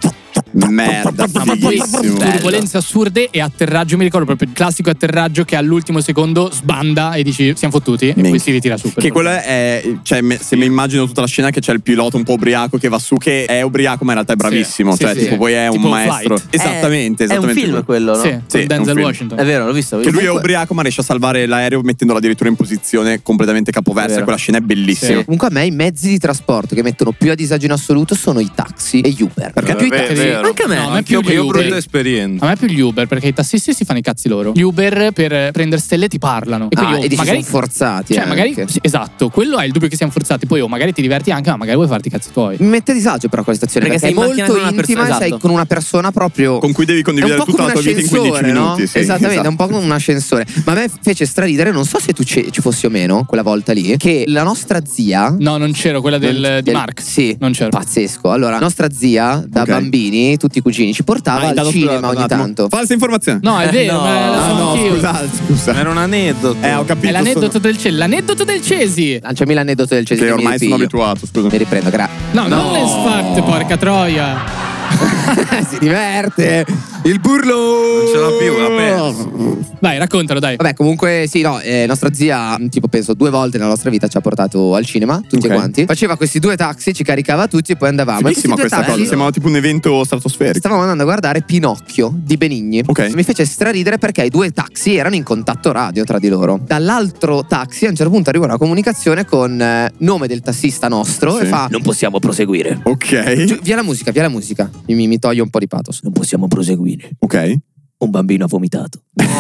Merda, Ma poi fighissimo. turbolenze assurde e atterraggio, mi ricordo proprio il classico atterraggio che all'ultimo secondo sbanda e dici siamo fottuti e Minchia. poi si ritira su. Che quello è, cioè, me- se mi immagino tutta la scena che c'è il pilota un po' ubriaco che va su, che è ubriaco ma in realtà è bravissimo, Sì, cioè sì, tipo sì. poi è Tipo un maestro. Flight. Esattamente, È un esattamente. film quello, no? Sì, Sì, con è un Denzel film. Washington. È vero, l'ho visto. Che lui è Comunque- ubriaco ma riesce a salvare l'aereo mettendolo addirittura in posizione completamente capoversa. Vero. Quella scena è bellissima. Sì. Comunque a me i mezzi di trasporto che mettono più a disagio in assoluto sono i taxi e gli Uber. Perché più i Beh, taxi. vero. Anche a me. No, a me Anche più io, gli io ho Uber. brutta esperienza. A me più gli Uber, perché i tassisti si fanno i cazzi loro. Gli Uber per prendere stelle ti parlano. E quindi Ah, oh, e dici magari sono forzati. Cioè, magari anche. sì, esatto, quello è il dubbio che siamo forzati. Poi oh, magari ti diverti anche, ma magari vuoi farti i cazzi tuoi. Mi mette a disagio però quella situazione Perché perché, sei è in macchina molto con una intima persona, e sei esatto. con una persona proprio Con cui devi è un condividere po' tutta come la un tua vita in quindici ascensore, no? minuti. Sì, Esattamente, esatto. è un po' come un ascensore. Ma a me fece straridere, non so se tu ci, ci fossi o meno quella volta lì, che la nostra zia No, non c'ero, quella del, del- di Mark. Sì, Non c'ero. pazzesco. Allora, nostra zia da Ok. bambini, tutti i cugini, ci portava Ah, al intanto, cinema scusa, ogni un attimo. tanto. Falsa informazione. No, è vero, No. ma lo Ah, so no, anch'io. scusate, scusa. Era un aneddoto. Eh, ho capito. È l'aneddoto sono- del Cesi. L'aneddoto del Cesi. Lanciami l'aneddoto del Cesare. Che ormai sono abituato, scusa. Mi riprendo, grazie. No, non l'S Fact, porca troia. Si diverte. Il burlo! Non ce l'ho più, l'ha perso. Dai, raccontalo, dai. Vabbè, comunque sì, no, eh, nostra zia, tipo penso due volte nella nostra vita ci ha portato al cinema, tutti Ok. quanti. Faceva questi due taxi, ci caricava tutti e poi andavamo. E Fighissima questi due questa taxi- cosa, sembrava tipo un evento stratosferico. Stavamo andando a guardare Pinocchio di Benigni. Ok. Mi fece straridere perché i due taxi erano in contatto radio tra di loro. Dall'altro taxi a un certo punto arriva una comunicazione con eh, nome del tassista nostro Sì. e fa: non possiamo proseguire. Ok. Giù, via la musica, via la musica. Mi, mi, mi toglie un po' di pathos. Non possiamo proseguire. Ok. Un bambino ha vomitato.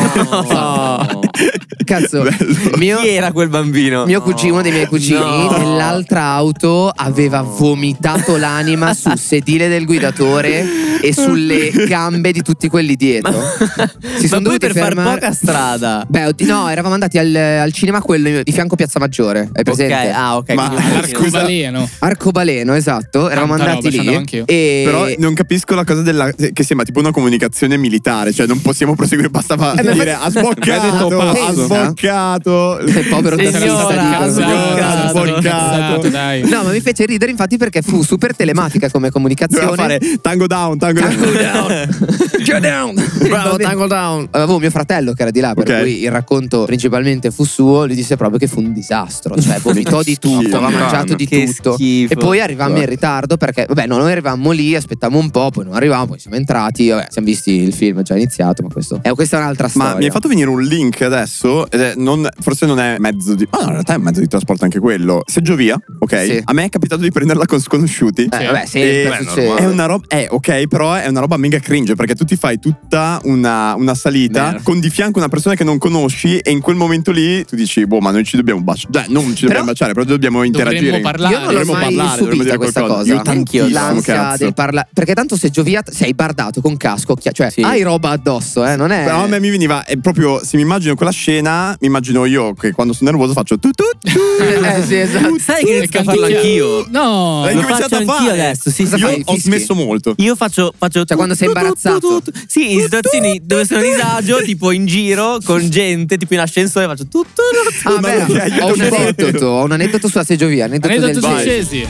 Oh. Cazzo, Bello. mio, Chi era quel bambino? mio cugino, uno dei miei cugini, No. nell'altra auto aveva vomitato l'anima sul sedile del guidatore e sulle gambe di tutti quelli dietro. Si Ma sono poi dovuti per far fermare. poca strada. Beh, oddio, no, eravamo andati al, al cinema quello di fianco a Piazza Maggiore. Hai presente? Ok, ah, ok. Ma- quindi- L'arcobaleno. Arcobaleno, esatto. Eravamo Tanta andati roba, ci andavo lì. anch'io. E Però non capisco la cosa della che sembra tipo una comunicazione militare, cioè non possiamo proseguire, bastava Eh, ma- dire ha sboccato, detto ha pazzo. sboccato. il povero Signora, tassista ha di sboccato. sboccato. Cazzato, dai. No, ma mi fece ridere infatti perché fu super telematica come comunicazione. Doveva fare tango down, tango down. Go down. Bravo, tangle down. Avevo mio fratello che era di là, per Ok. cui il racconto principalmente fu suo. Lui disse proprio che fu un disastro. Cioè, vomitò di tutto, Schifo. aveva mangiato di Che tutto. schifo. E poi arrivammo in ritardo perché, vabbè, no, noi arrivammo lì, aspettammo un po', poi non arrivavamo, poi siamo entrati. Vabbè, siamo visti il film, è già iniziato, ma questo. Eh, questa è un'altra storia. Ma mi hai fatto venire un link adesso, ed è non, forse non è mezzo di. Ah, no, in realtà è un mezzo di trasporto anche quello. Seggiovia, ok? Sì. A me è capitato di prenderla con sconosciuti. Eh, Sì. vabbè, E- sempre beh, succede. normale. È una roba, eh, ok, però è una roba mega cringe perché tu ti fai tutta una, una salita Vero. con di fianco una persona che non conosci e in quel momento lì tu dici, boh, ma noi ci dobbiamo baciare. Cioè, non ci dobbiamo Però- baciare, però dobbiamo interagire. Dovremmo parlare. Io non l'ho Dovremmo mai parlare, dovremmo subita dire questa qualcosa. cosa. Io tantissimo, L'ansia cazzo. del parlare. Perché tanto se giovi sei bardato con casco, chia- cioè Sì. hai roba addosso, eh, non è. Però a me mi veniva, è proprio, se mi immagino quella scena, mi immagino io che quando sono nervoso faccio tu tu tu. Eh, sì, esatto. Sai che riesco a farlo anch'io? No. L'hai Lo incominciato faccio a anch'io fare. adesso, sì, Cosa sì. Io fai? ho Fischi? smesso molto. Io faccio, faccio Cioè, quando sei imbarazzato. Sì, in situazioni dove sono a disagio, tipo in giro con gente, tipo in ascensore, faccio tutto. Ah, Ma beh, perché aiuta ho un un po'. aneddoto, ho un aneddoto sulla seggiovia, aneddoto, Aneddoto del genere. succesi.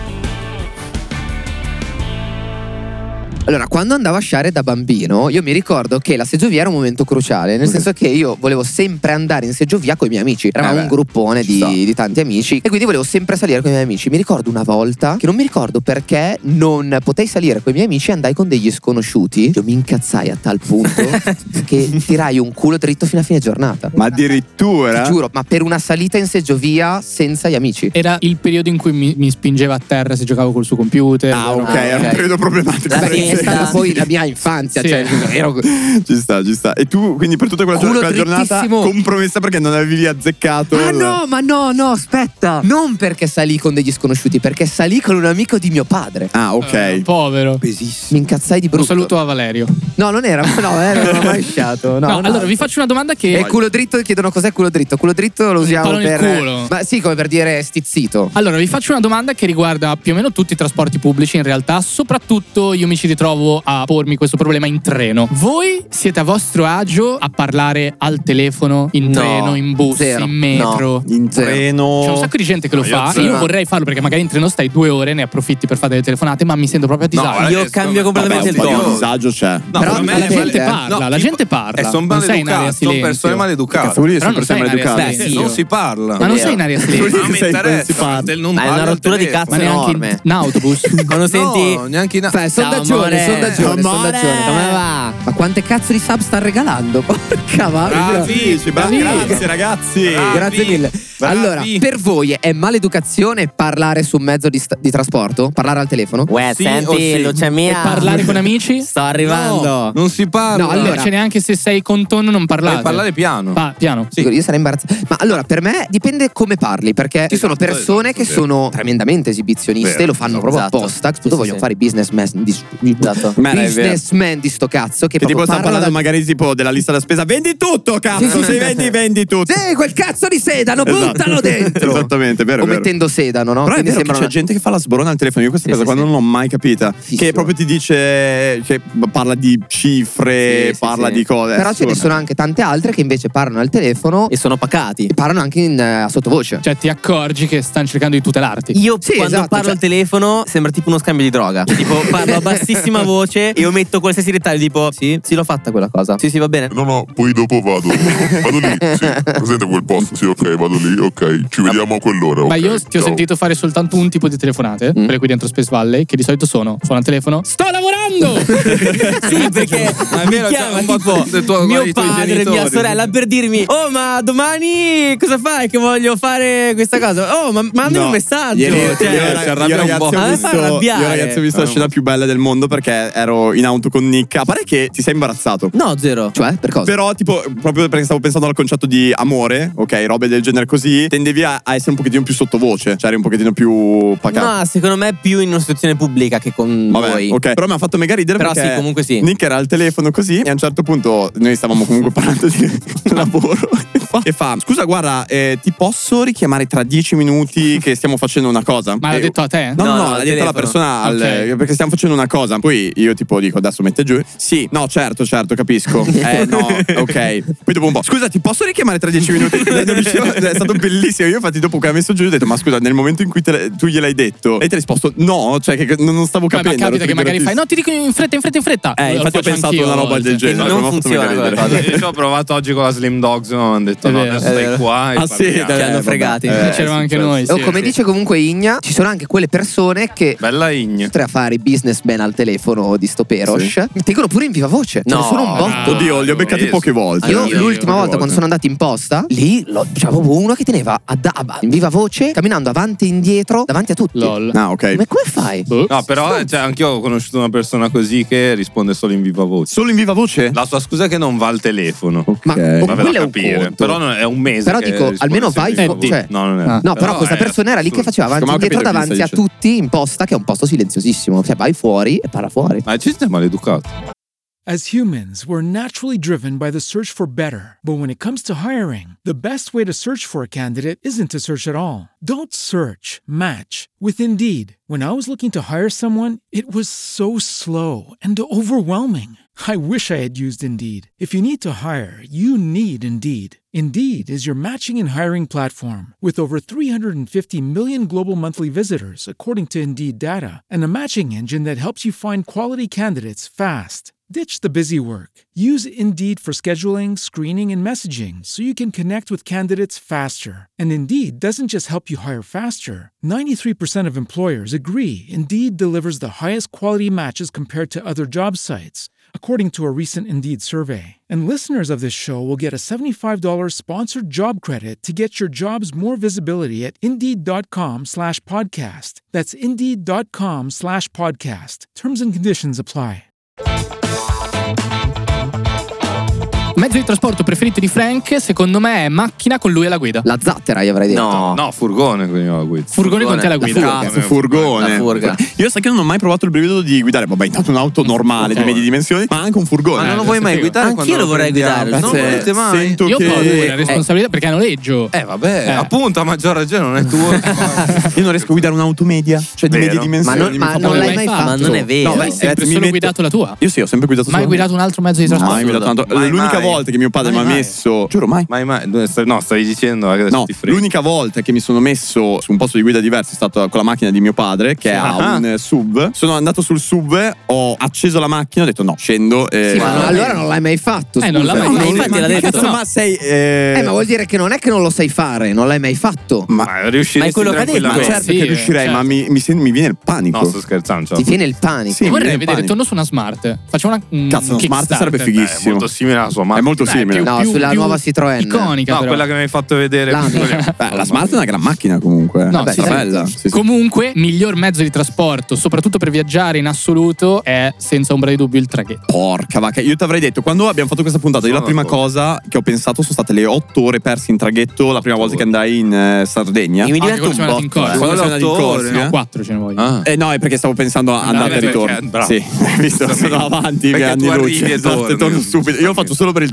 Allora, quando andavo a sciare da bambino, io mi ricordo che la seggiovia era un momento cruciale, nel senso che io volevo sempre andare in seggiovia con i miei amici. Eravamo Eh beh, un gruppone ci sta. di, di tanti amici e quindi volevo sempre salire con i miei amici. Mi ricordo una volta che non mi ricordo perché non potei salire con i miei amici e andai con degli sconosciuti. Io mi incazzai a tal punto che tirai un culo dritto fino a fine giornata. Ma addirittura. Ti giuro, ma per una salita in seggiovia senza gli amici. Era il periodo in cui mi, mi spingeva a terra se giocavo col suo computer. Ah, ok, Ah, era un ok. periodo problematico. La Perché è siesta. stata poi la mia infanzia, Sì. cioè ero Ci sta, ci sta. E tu, quindi, per tutta quella, Culo quella giornata drittissimo. compromessa perché non avevi azzeccato. Ah il- no, ma no, no, aspetta. Non perché salì con degli sconosciuti, perché salì con un amico di mio padre. Ah, ok. Eh, povero. Mi incazzai di Un brutto. saluto a Valerio. No, non era, no, eh, non l'ho mai sciato. No, No, no. allora vi faccio una domanda che. E culo dritto, chiedono cos'è culo dritto. Culo dritto lo usiamo palo nel per. culo. Ma sì, come per dire stizzito. Allora, vi faccio una domanda che riguarda più o meno tutti i trasporti pubblici in realtà, soprattutto io mi ci ritrovo a pormi questo problema in treno. Voi siete a vostro agio a parlare al telefono, in No, treno, in bus, zero. in metro? In Zero. treno. C'è un sacco di gente che lo No, io fa. zero. Io vorrei farlo perché magari in treno stai due ore, ne approfitti per fare delle telefonate, ma mi sento proprio a No, disagio. guarda Io che cambio secondo- completamente Vabbè, il un po' di tono. disagio c'è. No, Però per me la è gente male- parla, no, la tipo- gente parla. E sono Non sei in area maleducati, sono silenzio. persone maleducate. Cazzo, vuol dire Però non sempre sei in maleducato. area Beh, sì, non io. si parla. Ma non vero. sei in area Vuol silenzio. dire Non mi sei- interessa, si parla. te- non Ma è parli una al rottura di telefono. cazzo Ma neanche in, enorme. in autobus. Quando senti. No, neanche in Beh, sondaggione, amore. sondaggione, Amore. sondaggione. Come va? Ma quante cazzo di sub sta regalando? Porca vacca. Bravi, bravi, grazie ragazzi. Bravi. Grazie mille. Bravi. Allora, per voi è maleducazione parlare su un mezzo di, sta- di trasporto? Parlare al telefono? Uè, Sì o senti, sì? luce mia. Parlare con amici? Sto arrivando. Non si parla. No, allora- C'è neanche se sei con tono non parlare. Devi parlare piano. Pa- piano. Sì. Io sarei imbarazzato. Ma allora, per me dipende come parli, perché ci sono Esatto, persone esatto, che vero. sono tremendamente esibizioniste, Vero, lo fanno esatto. proprio Esatto. apposta. Sì, Tutto sì, vogliono sì. fare i businessman di, Esatto. Ma è vero. businessman di sto cazzo che, Che tipo proprio sta parlano parlando da- magari tipo della lista da spesa. Vendi tutto, cazzo. Sì, sì, Se sì. vendi, vendi tutto. Sì, quel cazzo di sedano, Esatto. buttalo dentro. Esattamente, vero, O vero. mettendo sedano, no? Però è Quindi vero che sembrano- c'è gente che fa la sborona al telefono. Io questa Sì, cosa sì, qua sì. non l'ho mai capita. Fisso. Che proprio ti dice che parla di cifre, Sì, sì, parla sì. di cose. Però ce ne Assurdo. sono anche tante altre che invece parlano al telefono E sono pacati. e parlano anche in, eh, a sottovoce. Cioè ti accorgi che stanno cercando di tutelarti. Io Sì, quando esatto, parlo cioè- al telefono sembra tipo uno scambio di droga. Cioè, tipo parlo a bassissima bellissima voce e ometto qualsiasi dettaglio, tipo sì, sì l'ho fatta quella cosa. Sì, sì, va bene. No, no, poi dopo vado. Vado lì, sì. Presente quel posto? Sì, ok, vado lì, ok. Ci vediamo a quell'ora. Ma okay, io ti ho ciao. sentito fare soltanto un tipo di telefonate, mm. quelle qui dentro Space Valley, che di solito sono suona il telefono. Sto lavorando! Sì, perché Ma è mi vero, chiama c'è un tipo po' del tuo- mio i tuoi padre, genitori. mia sorella per dirmi: oh, ma domani cosa fai? Che voglio fare questa cosa. Oh, ma mandami No, un messaggio. Ieri, Cioè, io, si io arrabbia un ragazzi po'. ho A me visto, fa arrabbiare. io ragazzi ho visto la scena più bella del mondo perché ero in auto con Nick. A parte che ti sei imbarazzato. No, zero. Cioè, per cosa? Però, tipo, proprio perché stavo pensando al concetto di amore, ok, robe del genere così, tendevi a, a essere un pochettino più sottovoce, cioè eri un pochettino più pacato. No, secondo me più in una situazione pubblica che con Vabbè, voi. ok. Però mi ha fatto mega ridere Però perché sì, comunque sì. Nick era al telefono così e a un certo punto noi stavamo comunque parlando di lavoro e fa, e fa scusa guarda eh, ti posso richiamare tra dieci minuti che stiamo facendo una cosa? Ma l'ha E- detto a te? No, no, No, no, no, l'ha al detto alla telefono. persona al- Ok. perché stiamo facendo una cosa. Poi io tipo dico adesso mette giù. Sì, no, certo, certo, capisco. Eh no, ok. Poi dopo un po'. Scusa, ti posso richiamare tra dieci minuti? Non riuscivo- È stato bellissimo. Io infatti dopo che ha messo giù ho detto ma scusa, nel momento in cui te- tu gliel'hai detto e ti ha risposto no, cioè che non non stavo Beh, ma capendo. capita ero che magari fai, no, ti dico in fretta, in fretta, in fretta. Eh, Lo infatti ho faccio pensato anch'io una a roba volte. del genere. non mi ha fatto funziona mega quella ridere. cosa. Io ci ho provato oggi con la Slim Dogs, no, hanno detto È no, vero. adesso È stai vero. qua e Ah, sì, parliamo. dai, Ci hanno vabbè. fregati. Eh, C'eravamo anche successo. noi. O sì, come sì. dice comunque Igna, ci sono anche quelle persone che Bella Ign. oltre a fare i businessman al telefono di sto Perosh, mi tengono pure in viva voce. Ce ne No, sono un botto. Oddio, li ho beccati Sì, poche sì. volte. Io io- l'ultima Poche volta volte. quando sono andati in posta, lì lo- c'avevo uno che teneva a da- a- in viva voce, camminando avanti e indietro davanti a tutti. Lol. Ah, ok. Ma come fai? Boh. No, però cioè, anch'io ho conosciuto una persona così che risponde solo in viva voce. Solo in viva voce? La sua scusa è che non va al telefono. Ma Ok. oh, Vabbè, quello da è un capire. conto. Però non è un mese. Però che dico, risponde almeno sempre vai in viva fo- voce. cioè- no, non è. Ah. No, però, questa è persona era lì che assurdo. faceva avanti e Secondo me ho indietro capito davanti a che stai tutti in posta, che è un posto silenziosissimo. Cioè vai fuori e parla fuori. Ma ci sei maleducato. As humans, we're naturally driven by the search for better. But when it comes to hiring, the best way to search for a candidate isn't to search at all. Don't search, match with Indeed. When I was looking to hire someone, it was so slow and overwhelming. I wish I had used Indeed. If you need to hire, you need Indeed. Indeed is your matching and hiring platform with over three hundred fifty million global monthly visitors, according to Indeed data, and a matching engine that helps you find quality candidates fast. Ditch the busy work. Use Indeed for scheduling, screening, and messaging so you can connect with candidates faster. And Indeed doesn't just help you hire faster. ninety-three percent of employers agree Indeed delivers the highest quality matches compared to other job sites, according to a recent Indeed survey. And listeners of this show will get a seventy-five dollars sponsored job credit to get your jobs more visibility at Indeed.com slash podcast. That's Indeed.com slash podcast. Terms and conditions apply. Mezzo di trasporto preferito di Frank, secondo me, è macchina con lui alla guida. La zattera, io avrei detto. No. No, furgone con la guida. Furgone con te alla La guida. furga. Cazzo, furgone. La furga. Io sai che non ho mai provato il brivido di guidare. Vabbè, intanto un'auto normale di medie dimensioni, ma anche un furgone. Ma non lo Eh, vuoi mai figo. guidare? Anch'io quando lo vorrei prendiamo? guidare, Non Cioè, lo volete mai? sento Io ho che paura, responsabilità, perché è noleggio. Eh vabbè, Eh. appunto, a maggior ragione non è tuo. io non riesco a guidare un'auto media, cioè di Vero. medie dimensioni. Ma non- mi ma fa non paura. l'hai mai fatto? Ma non è vero. No, beh, Hai sempre mi solo metto- guidato la tua. Io sì, ho sempre guidato Mai solo- guidato un altro mezzo di No, trasporto? mai guidato tanto. Mai, L'unica mai. volta che mio padre mi Mai, ha mai. messo, giuro mai. Mai, mai. No, stavi dicendo che adesso No, ti frega. l'unica volta che mi sono messo su un posto di guida diverso è stato con la macchina di mio padre, che ha Ah. un eh, sub. Sono andato sul sub, ho acceso la macchina, ho detto no, scendo. E... Sì, ma Ma no, no, allora eh. non l'hai mai fatto. Eh, non l'ha scusa. mai No, fatto. infatti l'ha ma, detto. cazzo, No. ma sei. Eh, Eh, ma vuol dire che non è che non lo sai fare, non l'hai mai fatto. ma, Ma riusciresti Ma è quello che ha detto. ma tranquillamente. certo Sì, che riuscirei, certo. ma mi, mi, sen- mi viene il panico. No, sto scherzando. cioè. Ti viene il panico. Sì, mi Vorrei viene il vedere, panico. torno su una smart. Facciamo una mm, Cazzo, una smart Kickstarter. sarebbe È fighissimo. molto simile alla sua È macchina. molto Beh, simile. più- No, più- sulla più nuova Citroën. Iconica, No, però. quella che mi hai fatto vedere. L'Ami. Beh, la smart è una gran macchina comunque. No, Vabbè, sì, sta sì. bella. Sì, sì. Comunque, miglior mezzo di trasporto, soprattutto per viaggiare in assoluto, è senza ombra di dubbio il traghetto. Porca vacca, io ti avrei detto, quando abbiamo fatto questa puntata, io la Sono prima d'accordo. cosa che ho pensato sono state le otto ore perse in traghetto la prima volta che andai in eh, Sardegna. E mi Ah, diventa che un siamo andati in botto. corsa. eh. Quando siamo andati in otto ore, Corsica. No, quattro ce ne voglio. Ah. Eh no, è perché stavo pensando a andata e perché- ritorno. bravo. Sì, hai visto, sono avanti Perché che anni tu arrivi luce. e Esatto, torni. torno subito. Io ho fatto solo per il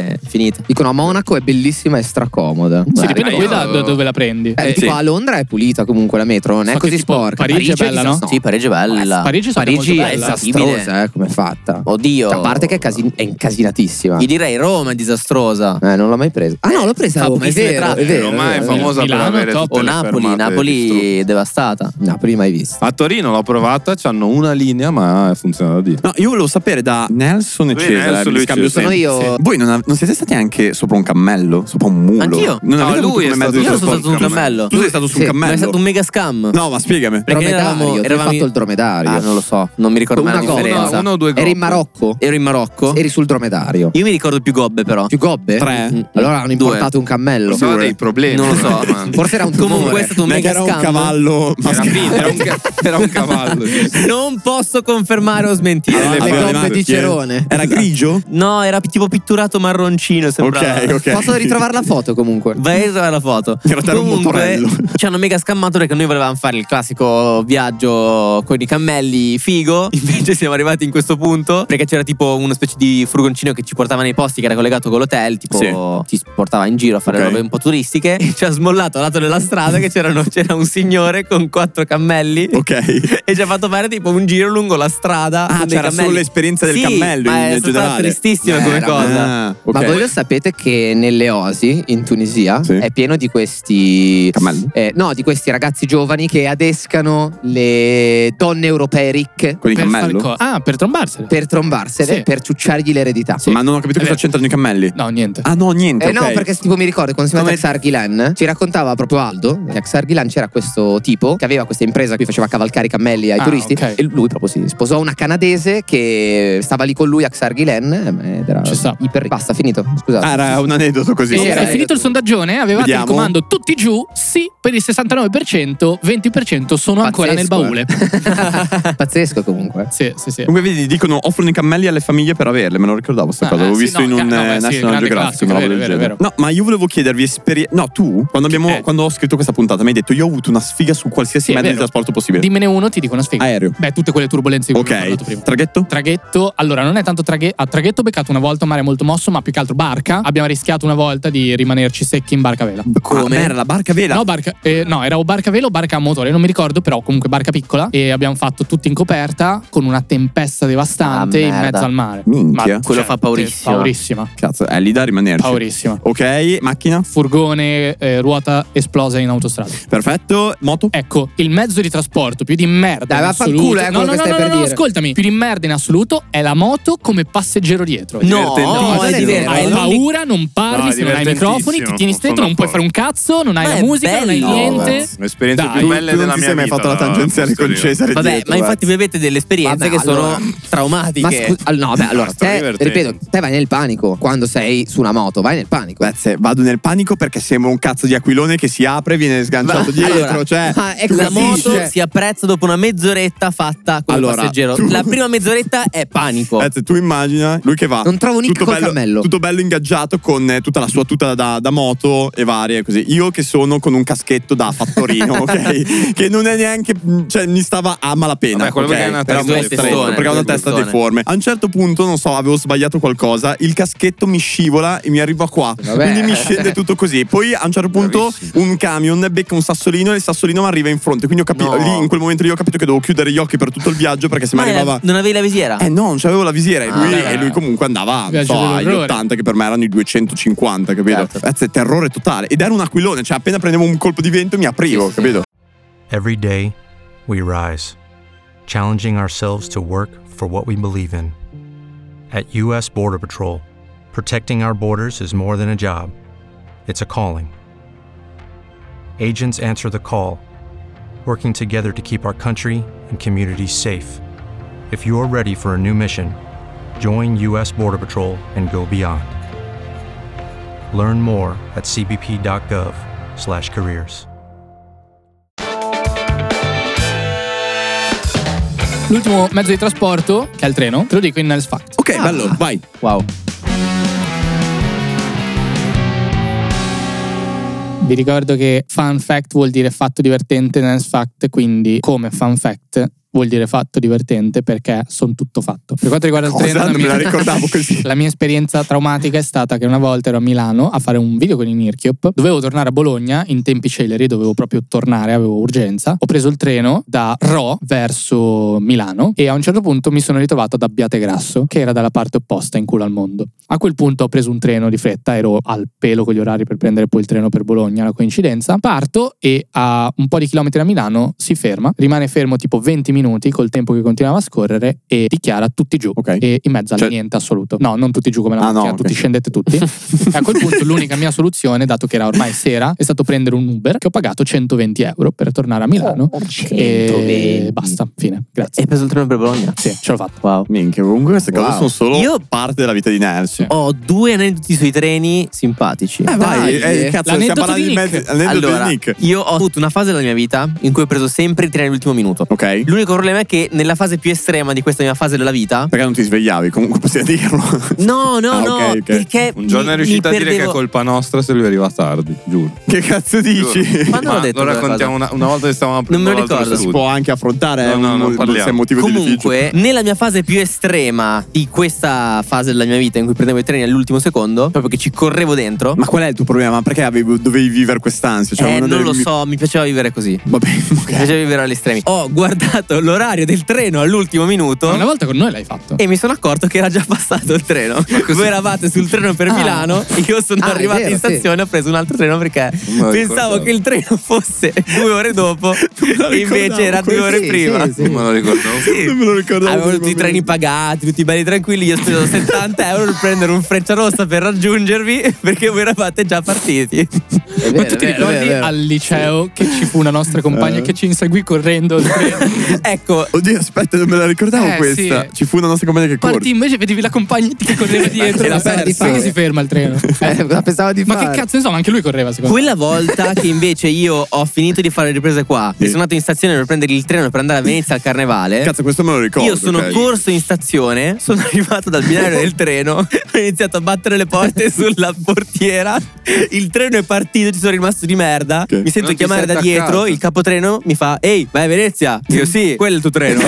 è finita. Dicono a Monaco è bellissima e stracomoda. Sì, Beh, dipende io- poi da, da dove la prendi. Eh, tipo a Londra è pulita comunque la metro, non è So che così tipo sporca. Parigi è bella, no? Sì, Parigi è bella. Parigi so che è Parigi molto è bella. fattibile. Disastrosa, eh, come fa? fatta. Oddio. Cioè, a parte che è, casin- è incasinatissima. Gli direi Roma è disastrosa. Eh, non l'ho mai presa. Ah no, l'ho presa a Roma, è vero, è vero. Roma è famosa per avere tutte o le Napoli, fermate Napoli distrutte. è devastata. Napoli mai vista. A Torino l'ho provata, c'hanno una linea, ma funziona da Dio. No, io volevo sapere da Nelson e Lui, Cesare. Nelson, vi lui scambio Cesare. sempre. Sono io. Voi non, av- non siete stati anche sopra un cammello? Sopra un mulo? Anch'io. Non No, avete avuto lui è come mezzo stato- di Io sono trasporto stato su un cammello. Tu sei stato su Sì, un Ma è cammello? stato un mega scam. No, ma spiegami. Perché Dromedario, eravamo, tu hai eravamo fatto il dromedario. Ah, non lo so, non mi ricordo mai la Una cosa. differenza. Uno o due Eri in gobbe. Marocco? Ero in Marocco. Eri sul dromedario. Io mi ricordo più gobbe però. Più gobbe? Tre? Mm. Allora hanno Due. importato un cammello. Forse aveva dei problemi. Non lo so. Forse era un tumore. Comunque è stato un Non è che mega era un scam. cavallo Era, maschile. era, un, ca- era un cavallo. giusto. Non posso confermare o smentire. Aveva Le le gobbe mani. di Cerone. Era grigio? No, era tipo pitturato marroncino. Sembrava. Ok, ok. Posso ritrovare la foto comunque? Vai a trovare la foto. In realtà era un Comunque motorello. ci hanno mega scammato perché noi volevamo fare il classico viaggio con i cammelli figo. Invece siamo arrivati in questo punto perché c'era tipo una specie di furgoncino che ci portava nei posti, che era collegato con l'hotel. Tipo Sì. ci portava in giro a fare Ok. robe un po' turistiche. E ci ha smollato al lato della strada che c'erano, c'era un signore con quattro cammelli. Ok. E ci ha fatto fare tipo un giro lungo la strada. Ah, con dei c'era cammelli. solo l'esperienza del Sì, cammello ma in è stata generale. tristissima come Era- cosa. Ah, ok. Ma voi lo sapete che nelle Oasi in Tunisia Sì. è pieno di questi Cammelli? eh, no, di questi ragazzi giovani che adescano le donne europee ricche Con il Per fare cammello? co- ah, per trombarsele. per trombarsele, Sì. per ciucciargli l'eredità. Ma non ho capito È cosa vero. c'entrano i cammelli. No, niente. Ah, no, niente. Eh no, ok. perché tipo mi ricordo quando siamo andati a Xarghilan ci raccontava proprio Aldo che a Xarghilan c'era questo tipo che aveva questa impresa che faceva cavalcare i cammelli ai Ah, turisti ok. e lui proprio si sposò una canadese che stava lì con lui a Xarghilan ed era Ci sta. iper basta finito scusate. Ah, era un aneddoto così. E Sì, ok. era- è finito il sondaggione, avevate Vediamo. il comando tutti giù, sì, per il sessantanove per cento, venti per cento sono ancora nel Pazzesco, baule. eh. Pazzesco comunque. Sì, sì, sì. Comunque vedi, dicono offrono i cammelli alle famiglie per averle, me lo ricordavo questa Ah, cosa, l'avevo sì, visto no, in un ca- no, eh, beh, sì, National grande Geographic, classico, una roba vero, del vero, genere. vero. No, ma io volevo chiedervi esperienze. No, tu, quando, abbiamo, Eh. quando ho scritto questa puntata, mi hai detto io ho avuto una sfiga su qualsiasi Sì, è mezzo di vero. trasporto possibile. Dimmene uno, ti dico una sfiga. Aereo. Beh, tutte quelle turbulenze di cui abbiamo parlato Ok, prima. traghetto? Traghetto, allora non è tanto traghetto. A traghetto ho beccato una volta un mare molto mosso, ma più che altro barca. Abbiamo rischiato una volta di rimanerci secchi in barca a vela. Come? Era la barca a vela? No, barca, eh, no, era o barca a vela o barca a motore, non mi ricordo, però comunque barca piccola. E abbiamo fatto tutto in coperta con una tempesta devastante Ah, in merda. mezzo al mare. Minchia. Quello fa paurissima. Paurissima. Cazzo, è lì da rimanerci. Paurissima. Ok, macchina? Furgone, eh, ruota esplosa in autostrada. Perfetto. Moto? Ecco, il mezzo di trasporto più di merda Dai, in vaffanculo, assoluto. eh, no, quello no, che no, stai no, per no, no, dire. ascoltami. Più di merda in assoluto è la moto come passeggero dietro. No, divertente. no, non è è divertente. vero. Hai non paura, non parli, No, se non hai i microfoni, ti tieni stretto, non puoi fare un cazzo, non hai Ma la è musica, non hai bello. niente. L'esperienza Dai, più Tu, belle tu non della ti mia sei mai vita. fatto la no, tangenziale posso con dire. Cesare Vabbè, dietro, ma eh. infatti voi avete delle esperienze Vabbè, che sono allora. traumatiche. Ma scusa, al- no, beh, allora, sta te, divertendo. ripeto, te vai nel panico quando sei su una moto, vai nel panico. Beh, se vado nel panico perché sembra un cazzo di aquilone che si apre e viene sganciato Ma- dietro. allora, cioè, ah, è tu La capisci? moto si apprezza dopo una mezz'oretta fatta con Allora, il passeggero. tu- La prima mezz'oretta è panico. Eh, tu immagina lui che va Non trovo Nick tutto col bello, cammello. tutto bello ingaggiato con eh, tutta la sua tuta da, da moto e varie così. Io che sono con un caschetto da fattorino, ok? Che non è neanche, cioè mi stava a malapena. Vabbè, quello ok? perché è una Era testa un po' deforme. stretto, perché ha una Due testa testone. deforme. A un certo punto, non so, avevo sbagliato qualcosa. Il caschetto mi scivola e mi arriva qua. Vabbè. Quindi mi scende tutto così. Poi a un certo punto un camion becca un sassolino e il sassolino mi arriva in fronte. Quindi ho capito, No. lì in quel momento lì ho capito che dovevo chiudere gli occhi per tutto il viaggio perché se mi Ma arrivava. era- non avevi la visiera? Eh no, non c'avevo la visiera e Ah, lui, beh, e lui comunque andava non Viaggio so, agli dell'orrore. ottanta che per me erano i duecentocinquanta, capito? Certo. Ragazzi, terrore totale. Ed era un aquilone, cioè appena prendevo un colpo di vento mi aprivo, Sì, sì. capito? Every day, we rise, challenging ourselves to work for what we believe in. At U S Border Patrol, protecting our borders is more than a job, it's a calling. Agents answer the call, working together to keep our country and communities safe. If you're ready for a new mission, join U S Border Patrol and go beyond. Learn more at c b p dot gov slash careers. L'ultimo mezzo di trasporto, che è il treno, te lo dico in Nels Fact. Ok, bello, vai. Wow. Vi ricordo che fun fact vuol dire fatto divertente nel fact, quindi come fun fact vuol dire fatto divertente perché sono tutto fatto. Per quanto riguarda il Cosa? treno, la Non me mia, la ricordavo così. la mia esperienza traumatica è stata che una volta ero a Milano a fare un video con i Nirchiop. Dovevo tornare a Bologna in tempi celeri, dovevo proprio tornare, avevo urgenza. Ho preso il treno da Rho verso Milano e a un certo punto mi sono ritrovato ad Abbiategrasso, che era dalla parte opposta, in culo al mondo. A quel punto ho preso un treno di fretta, ero al pelo con gli orari per prendere poi il treno per Bologna, una coincidenza. Parto e a un po' di chilometri da Milano si ferma, rimane fermo tipo venti minuti col tempo che continuava a scorrere e dichiara tutti giù. Ok. E in mezzo alla Cioè- niente assoluto. No, non tutti giù come la Ah, macchina, no, tutti ok. scendete tutti. E a quel punto l'unica mia soluzione, dato che era ormai sera, è stato prendere un Uber che ho pagato centoventi euro per tornare a Milano. Oh, E centoventi. basta, fine. Grazie. Hai preso il treno per Bologna? Sì, ce l'ho fatta. Wow. Minchia, comunque queste cose Wow. sono solo Io- parte della vita di Nelson. Ho due aneddoti sui treni simpatici. Eh vai, Dai, eh, cazzo, l'aneddoto stiamo parlando di di Nick. mezzi. L'aneddoto Allora, di Nick. io ho avuto una fase della mia vita in cui ho preso sempre i treni all'ultimo minuto. Ok. L'unico problema è che nella fase più estrema di questa mia fase della vita, Perché non ti svegliavi? Comunque possiamo dirlo. no, no, Ah, no, ok, ok. perché Un giorno mi- è riuscita mi a dire che è perdevo- colpa nostra se lui arriva tardi, giuro. Che cazzo dici? Giuro. Ma non ho Ma detto lo quella raccontiamo una, una volta che stavamo Non me lo l'altro ricordo. Si studio. può anche affrontare, No, è no, un, non parliamo. se è motivo di litigio. Comunque, nella mia fase più estrema di questa fase della mia vita in cui prendevo i treni all'ultimo secondo, proprio che ci correvo dentro. Ma qual è il tuo problema? Perché avevi, dovevi vivere quest'ansia? Cioè, eh, una non delle- lo so, mi piaceva vivere così. Va bene, Mi piaceva vivere agli estremi. Ho guardato l'orario del treno all'ultimo minuto. Una volta con noi l'hai fatto. E mi sono accorto che era già passato il treno. Voi eravate sul treno per Ah. Milano. Io sono Ah, è arrivato vero, in stazione e ho preso un altro treno perché Non me lo pensavo ricordavo. che il treno fosse due ore dopo. E invece era due ore Sì, prima. sì, sì. Non me lo ricordavo. Sì. Non me lo ricordavo. Avevo quel tutti i momento. treni pagati, tutti belli tranquilli. Io ho speso settanta euro per prendere un Frecciarossa per raggiungervi perché voi eravate già partiti. È vero, Ma tu ti è vero, ricordi è vero. al liceo che ci fu una nostra compagna Eh. che ci inseguì correndo il treno? Ecco, Oddio, aspetta, non me la ricordavo Eh, questa. sì. Ci fu una nostra compagna che corre. Parti invece vedevi la compagna che correva dietro. Che la pensava di Perché fare? si ferma il treno? Eh, cosa pensava di Ma fare? che cazzo ne so, ma anche lui correva secondo me. quella volta che invece io ho finito di fare le riprese qua e sono andato in stazione per prendere il treno per andare a Venezia al carnevale. Cazzo, questo me lo ricordo. Io sono ok. corso in stazione, sono arrivato dal binario del treno, ho iniziato a battere le porte sulla portiera, il treno è partito, ci sono rimasto di merda, Ok. mi sento Non ti chiamare sei da dietro, attaccato? il capotreno mi fa ehi, vai a Venezia? Io sì, quello è il tuo treno.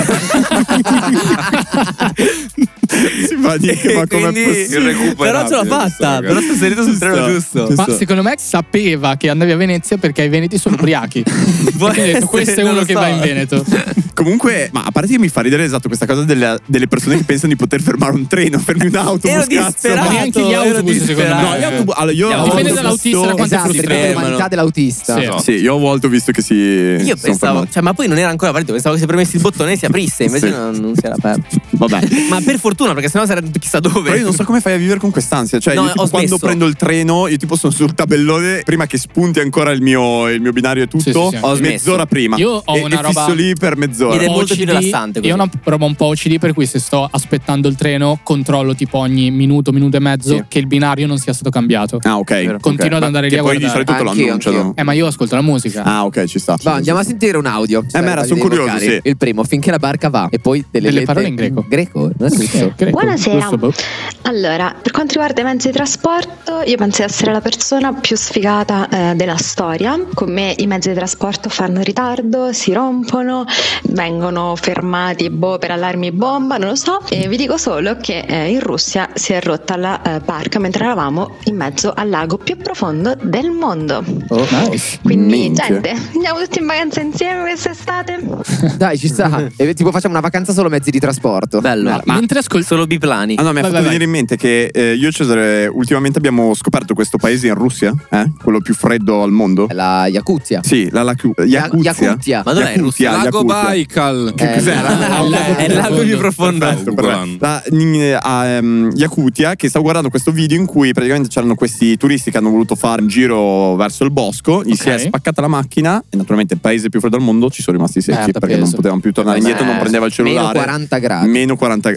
Si va a dire che ma com'è Quindi- possibile? Però ce l'ho fatta, però sono salito sul Ci treno sta. giusto. Ci Ma sta. secondo me sapeva che andavi a Venezia perché i veneti sono ubriachi. Può Quindi ha detto, essere, questo è non uno lo che so. va in Veneto. Comunque, ma a parte che mi fa ridere esatto questa cosa delle, delle persone che pensano di poter fermare un treno, fermi un autobus, Ero cazzo. disperato, Ma neanche gli ero autobus, secondo me. disperato. No, gli autobus, allora io Dipende ho volte dall'autista visto- da quanto è Esatto, frustrato. dipende dall'umanità dell'autista. Sì. Sì, io ho volte visto che si Io sono pensavo, fermati. cioè, ma poi non era ancora partito, pensavo che se premessi il bottone si aprisse, invece Sì. non, non si era aperto. Vabbè. Ma per fortuna, perché sennò sarebbe chissà dove. Però io non so come fai a vivere con quest'ansia. Cioè, No, io tipo ho quando smesso. prendo il treno, io tipo sono sul tabellone prima che spunti ancora il mio, il mio binario e tutto. Sì, sì, sì, ho smesso. mezz'ora prima. Io ho e, una e roba- fisso lì per mezz'ora. Ed è Un po' molto più O C D, rilassante così. Io ho una roba un po' O C D, per cui se sto aspettando il treno controllo tipo ogni minuto, minuto e mezzo Sì. che il binario non sia stato cambiato. Ah, ok. Continuo ok. ad andare Che lì a poi di guardare. solito te lo Anch'io, annunciano. anch'io. Eh, ma io ascolto la musica. Ah, ok, ci sta. Va, andiamo a sentire un audio. Eh, Mera, sono curioso, sì. Il primo, finché la barca va. E poi delle, Delle lettere parole in greco. Greco? Non è russo. Eh, greco, Buonasera. russo, boh. Allora, per quanto riguarda i mezzi di trasporto, io penso di essere la persona più sfigata eh, della storia. Con me i mezzi di trasporto fanno ritardo, si rompono, vengono fermati boh, per allarmi bomba, non lo so. E vi dico solo che eh, in Russia si è rotta la eh, barca mentre eravamo in mezzo al lago più profondo del mondo. Oh, nice. Quindi, Minchia. gente, andiamo tutti in vacanza insieme quest'estate? Dai, ci sta. E tipo facciamo una vacanza solo mezzi di trasporto. Bello. Ma mentre ascolto Solo biplani. Ah no, mi ha Vai, fatto vai, venire in mente che eh, io e Cesare ultimamente abbiamo scoperto questo paese in Russia, eh? Quello più freddo al mondo. La Yakuzia. Sì, la Lacu- Yakuzia. Yakutia. Ma dov'è in Russia? Yakutia, Lago Yakutia. Baikal. Che Eh, cos'è? la- il lago È il lago più profondo. Perfetto, Googolando. perfetto. La, in, a ehm, Yakutia, che stavo guardando questo video in cui praticamente c'erano questi turisti che hanno voluto fare un giro verso il bosco, gli si è Ok. spaccata la macchina e naturalmente il paese più freddo al mondo ci sono rimasti secchi Merda, perché non peso. potevano più tornare Eh, indietro, non prendeva il cellulare. Meno quaranta gradi. Meno quaranta gradi. No, ma anche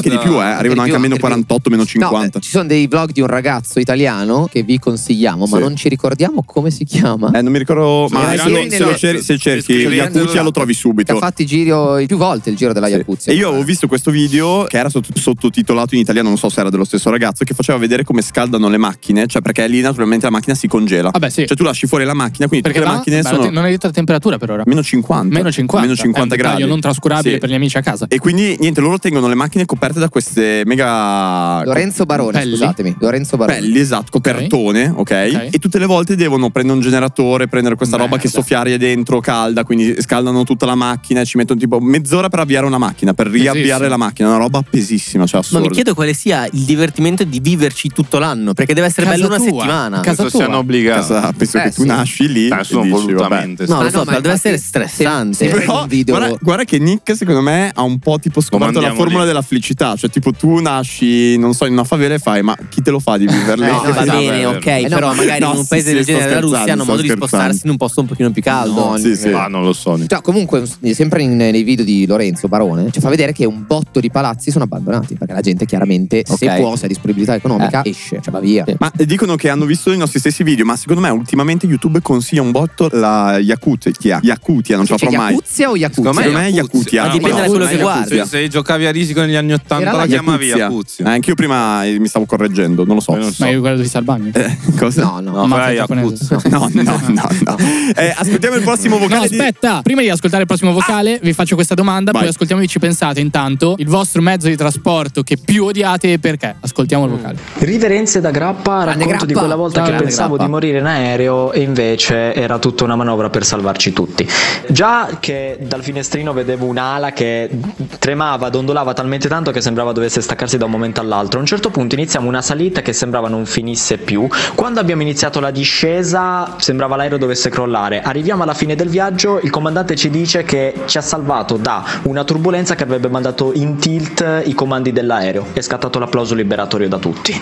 anche di più, eh. Arrivano anche a meno quarantotto, meno cinquanta. No, ci sono dei vlog di un ragazzo italiano che vi consigliamo, ma Sì. non ci ricordiamo come si chiama. Eh, non mi ricorro, ma Era se, ieri se nelle- lo cer- se cerchi Scrivetelo Yakutia là. lo trovi Che subito. ha fatto il giro più volte il giro della Sì. Yakuzia. E io ho visto questo video che era sotto- sottotitolato in italiano, non so se era dello stesso ragazzo, che faceva vedere come scaldano le macchine, cioè perché lì naturalmente la macchina si congela. Vabbè, sì. Cioè tu lasci fuori la macchina, quindi Perché tutte le va- macchine beh, sono non hai detto la temperatura per ora. meno cinquanta. Meno cinquanta. Meno cinquanta È un dettaglio gradi. non trascurabile Sì. per gli amici a casa. E quindi niente, loro tengono le macchine coperte da queste mega Lorenzo Barone, Pelli? scusatemi. Lorenzo Barone. pelli, esatto, copertone, ok? Ok. E tutte le volte devono prendere un generatore, prendere questa roba Merda. che soffia aria dentro calda, quindi scaldano tutta la macchina e ci mettono tipo mezz'ora per avviare una macchina, per riavviare Pesissimo. la macchina, una roba pesissima, cioè Ma assurdo. mi chiedo quale sia il divertimento di viverci tutto l'anno, perché deve essere Casa bello una tua. settimana. Casa Penso tua. siano obbligati. Casa- penso Eh, che tu sì. nasci lì Ah, e sono dici, volutamente. No, Ah, lo so, ma però deve infatti essere stressante. se- se- Però un video- guarda, guarda che Nick secondo me ha un po' tipo scoperto la mandiamo formula lì. della felicità. Cioè tipo tu nasci, non so, in una favela e fai, ma chi te lo fa di viverle? Eh, No, no, va no, bene, no, ok, eh, no, però ma- magari no, in un sì, paese sì, del sto genere della Russia scherzando, hanno modo di sto spostarsi scherzando. in un posto un pochino più caldo. No, Sì, sì. Ah, non lo so. Cioè, comunque, sempre in- nei video di Lorenzo Barone, ci fa vedere che un botto di palazzi sono abbandonati. Perché la gente chiaramente, se Ok. può, se ha disponibilità economica, esce, cioè va via. Sì. Ma dicono che hanno visto i nostri stessi video, ma secondo me ultimamente YouTube consiglia un botto la Yakutia. Yakutia, non ce la C'è farò mai. Yakuzia o Yakuzia? Secondo me è Yakutia. Ma dipende da quello che guardi. Se, se giocavi a risico negli anni ottanta Era la la chiamavi Yakuzia. Yakuzia. Eh, anch'io prima eh, mi stavo correggendo, non lo so. Io non so. Ma io quello di Salbagno. Eh, cosa? No, no. No, Mafia fai giapponese. Yakuzia. No, no, no, no. Eh, ascoltiamo il prossimo vocale. No, di- aspetta, prima di ascoltare il prossimo vocale, vi faccio questa domanda, Vai. poi ascoltiamo e ci pensate intanto il vostro mezzo di trasporto che più odiate e perché. Ascoltiamo il vocale. Riverenze da Grappa, Grande racconto di Grappa. quella volta Ciao, che grande pensavo Grappa. di morire in aereo e invece era tutta una manovra per salvarci tutti. Già che dal finestrino vedevo un'ala che tremava, dondolava talmente tanto che sembrava dovesse staccarsi da un momento all'altro. A un certo punto iniziamo una salita che sembrava non finisse più. Quando abbiamo iniziato la discesa sembrava l'aereo dovesse crollare. Arriviamo alla fine del viaggio, il comandante ci dice che ci ha salvato da una turbolenza che avrebbe mandato in tilt i comandi dell'aereo. È scattato l'applauso liberatorio da tutti.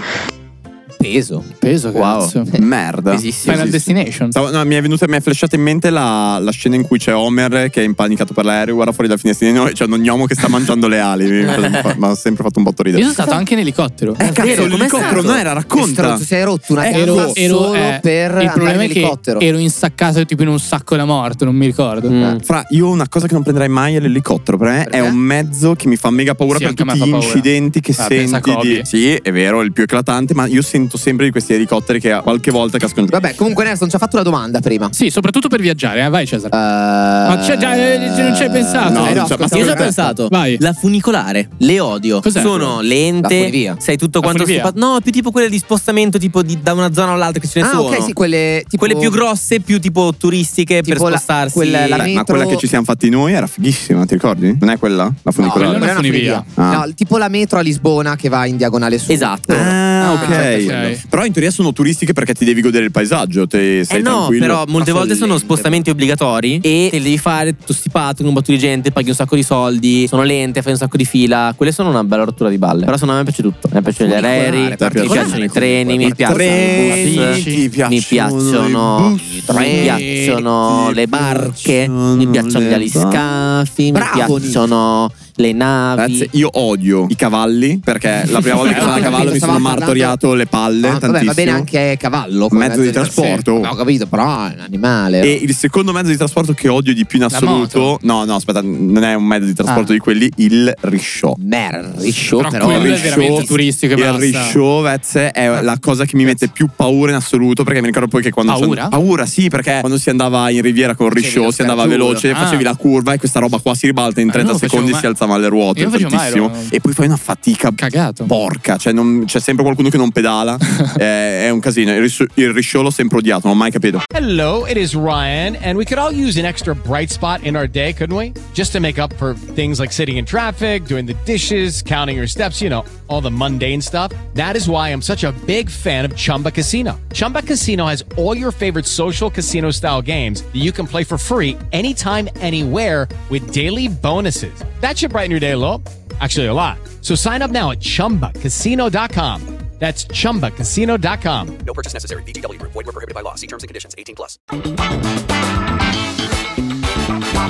Peso. Peso, Wow, cazzo. merda. Pesissimo. Final Destination. Stavo- no, mi è venuta, mi è flashata in mente la, la scena in cui c'è Homer che è impanicato per l'aereo, guarda fuori dal finestrino e c'è un gnomo che sta mangiando le ali. Mi fa- mi ha sempre fatto un botto Io ridere. sono stato anche in elicottero. Eh, cazzo, vero, com'è l'elicottero stato? non era, Che racconta. stronzo, si è rotto una Eh, cazzo ero- solo eh, per il andare problema in è che elicottero. ero insaccato tipo in un sacco da morto, non mi ricordo. Mm. Fra, io una cosa che non prenderai mai è l'elicottero. Per me Perché? è un mezzo che mi fa mega paura Sì, per anche a me tutti fa gli paura. incidenti che Ah, pensa a senti. Kobe. Di... Sì, è vero, è il più eclatante, ma io sento sempre di questi elicotteri che qualche volta cascano giù. Vabbè, comunque Nelson ci ha fatto una domanda prima. Sì, soprattutto per viaggiare, eh. Vai Cesare. Eh, Ma c'è già, eh, non ci hai pensato? No, Eh, no, non c'è- ascolta, Io ci ho aspetta. pensato. Vai. La funicolare, le odio. Cos'è? Sono La lente, funivia. sai tutto La quanto funivia? spa- No, più tipo quelle di spostamento tipo di- da una zona all'altra che ce ne Ah, sono. ok, sì, quelle tipo, Quelle più grosse, più tipo turistiche Tipo per la- spostarsi. quella- la Beh, ma metro- quella che ci siamo fatti noi era fighissima, ti ricordi? Non è quella? La No, funicolare? quella quella è una funivia. funivia. Ah. No, tipo la metro a Lisbona che va in diagonale su. Esatto. Ah, ok. ok. Però in teoria sono turistiche perché ti devi godere il paesaggio. Te sei Eh no, tranquillo. però molte Ma volte sono lente, spostamenti obbligatori e te li devi fare tutto stipato con un botto di gente, paghi un sacco di soldi, sono lente, fai un sacco di fila. Quelle sono una bella rottura di balle. Però sono, a me piace tutto. A me piacciono gli Funicolare, aerei, mi particolare, piacciono i treni, mi I piacciono i treni, bus, ti piacciono mi piacciono i mi bus, piacciono ti le barche, piacciono mi piacciono gli le aliscafi, mi Bravo, piacciono le navi. Ragazzi, io odio i cavalli perché la prima volta che sono a cavallo mi sono Stavamo martoriato le palle Ah, vabbè, tantissimo. va bene anche cavallo come Mezzo di trasporto. Sì, ho capito, però è un animale. E il secondo mezzo di trasporto che odio di più in La assoluto, moto. no, no, aspetta, non è un mezzo di trasporto Ah. di quelli, il risciò. Mer, risciò, Però però. quello il è veramente turistico e il basta. risciò, Vezze, è la cosa che mi mette più paura in assoluto perché mi ricordo poi che quando Paura? paura sì, perché quando si andava in riviera con il Facevi risciò lo si andava scarturo. veloce, Ah. facevi la curva e questa roba qua si ribalta in Ah, trenta io non lo secondi facevo si mai. alzavano le ruote, Io non facevo mai, tantissimo. ero- E poi fai una fatica Cagato. porca, cioè non- c'è sempre qualcuno che non pedala, è, è un casino. Il risciò, il risciò l'ho sempre odiato, non ho mai capito. Hello, it is Ryan, and we could all use an extra bright spot in our day, couldn't we? Just to make up for things like sitting in traffic, doing the dishes, counting your steps, you know, all the mundane stuff. That is why I'm such a big fan of Chumba Casino. Chumba Casino has all your favorite social casino style games that you can play for free anytime, anywhere with daily bonuses. That should brighten your day a little. Actually, a lot. So sign up now at chumba casino dot com. That's chumba casino dot com. No purchase necessary. V G W Group. Void where prohibited by law. See terms and conditions. eighteen plus.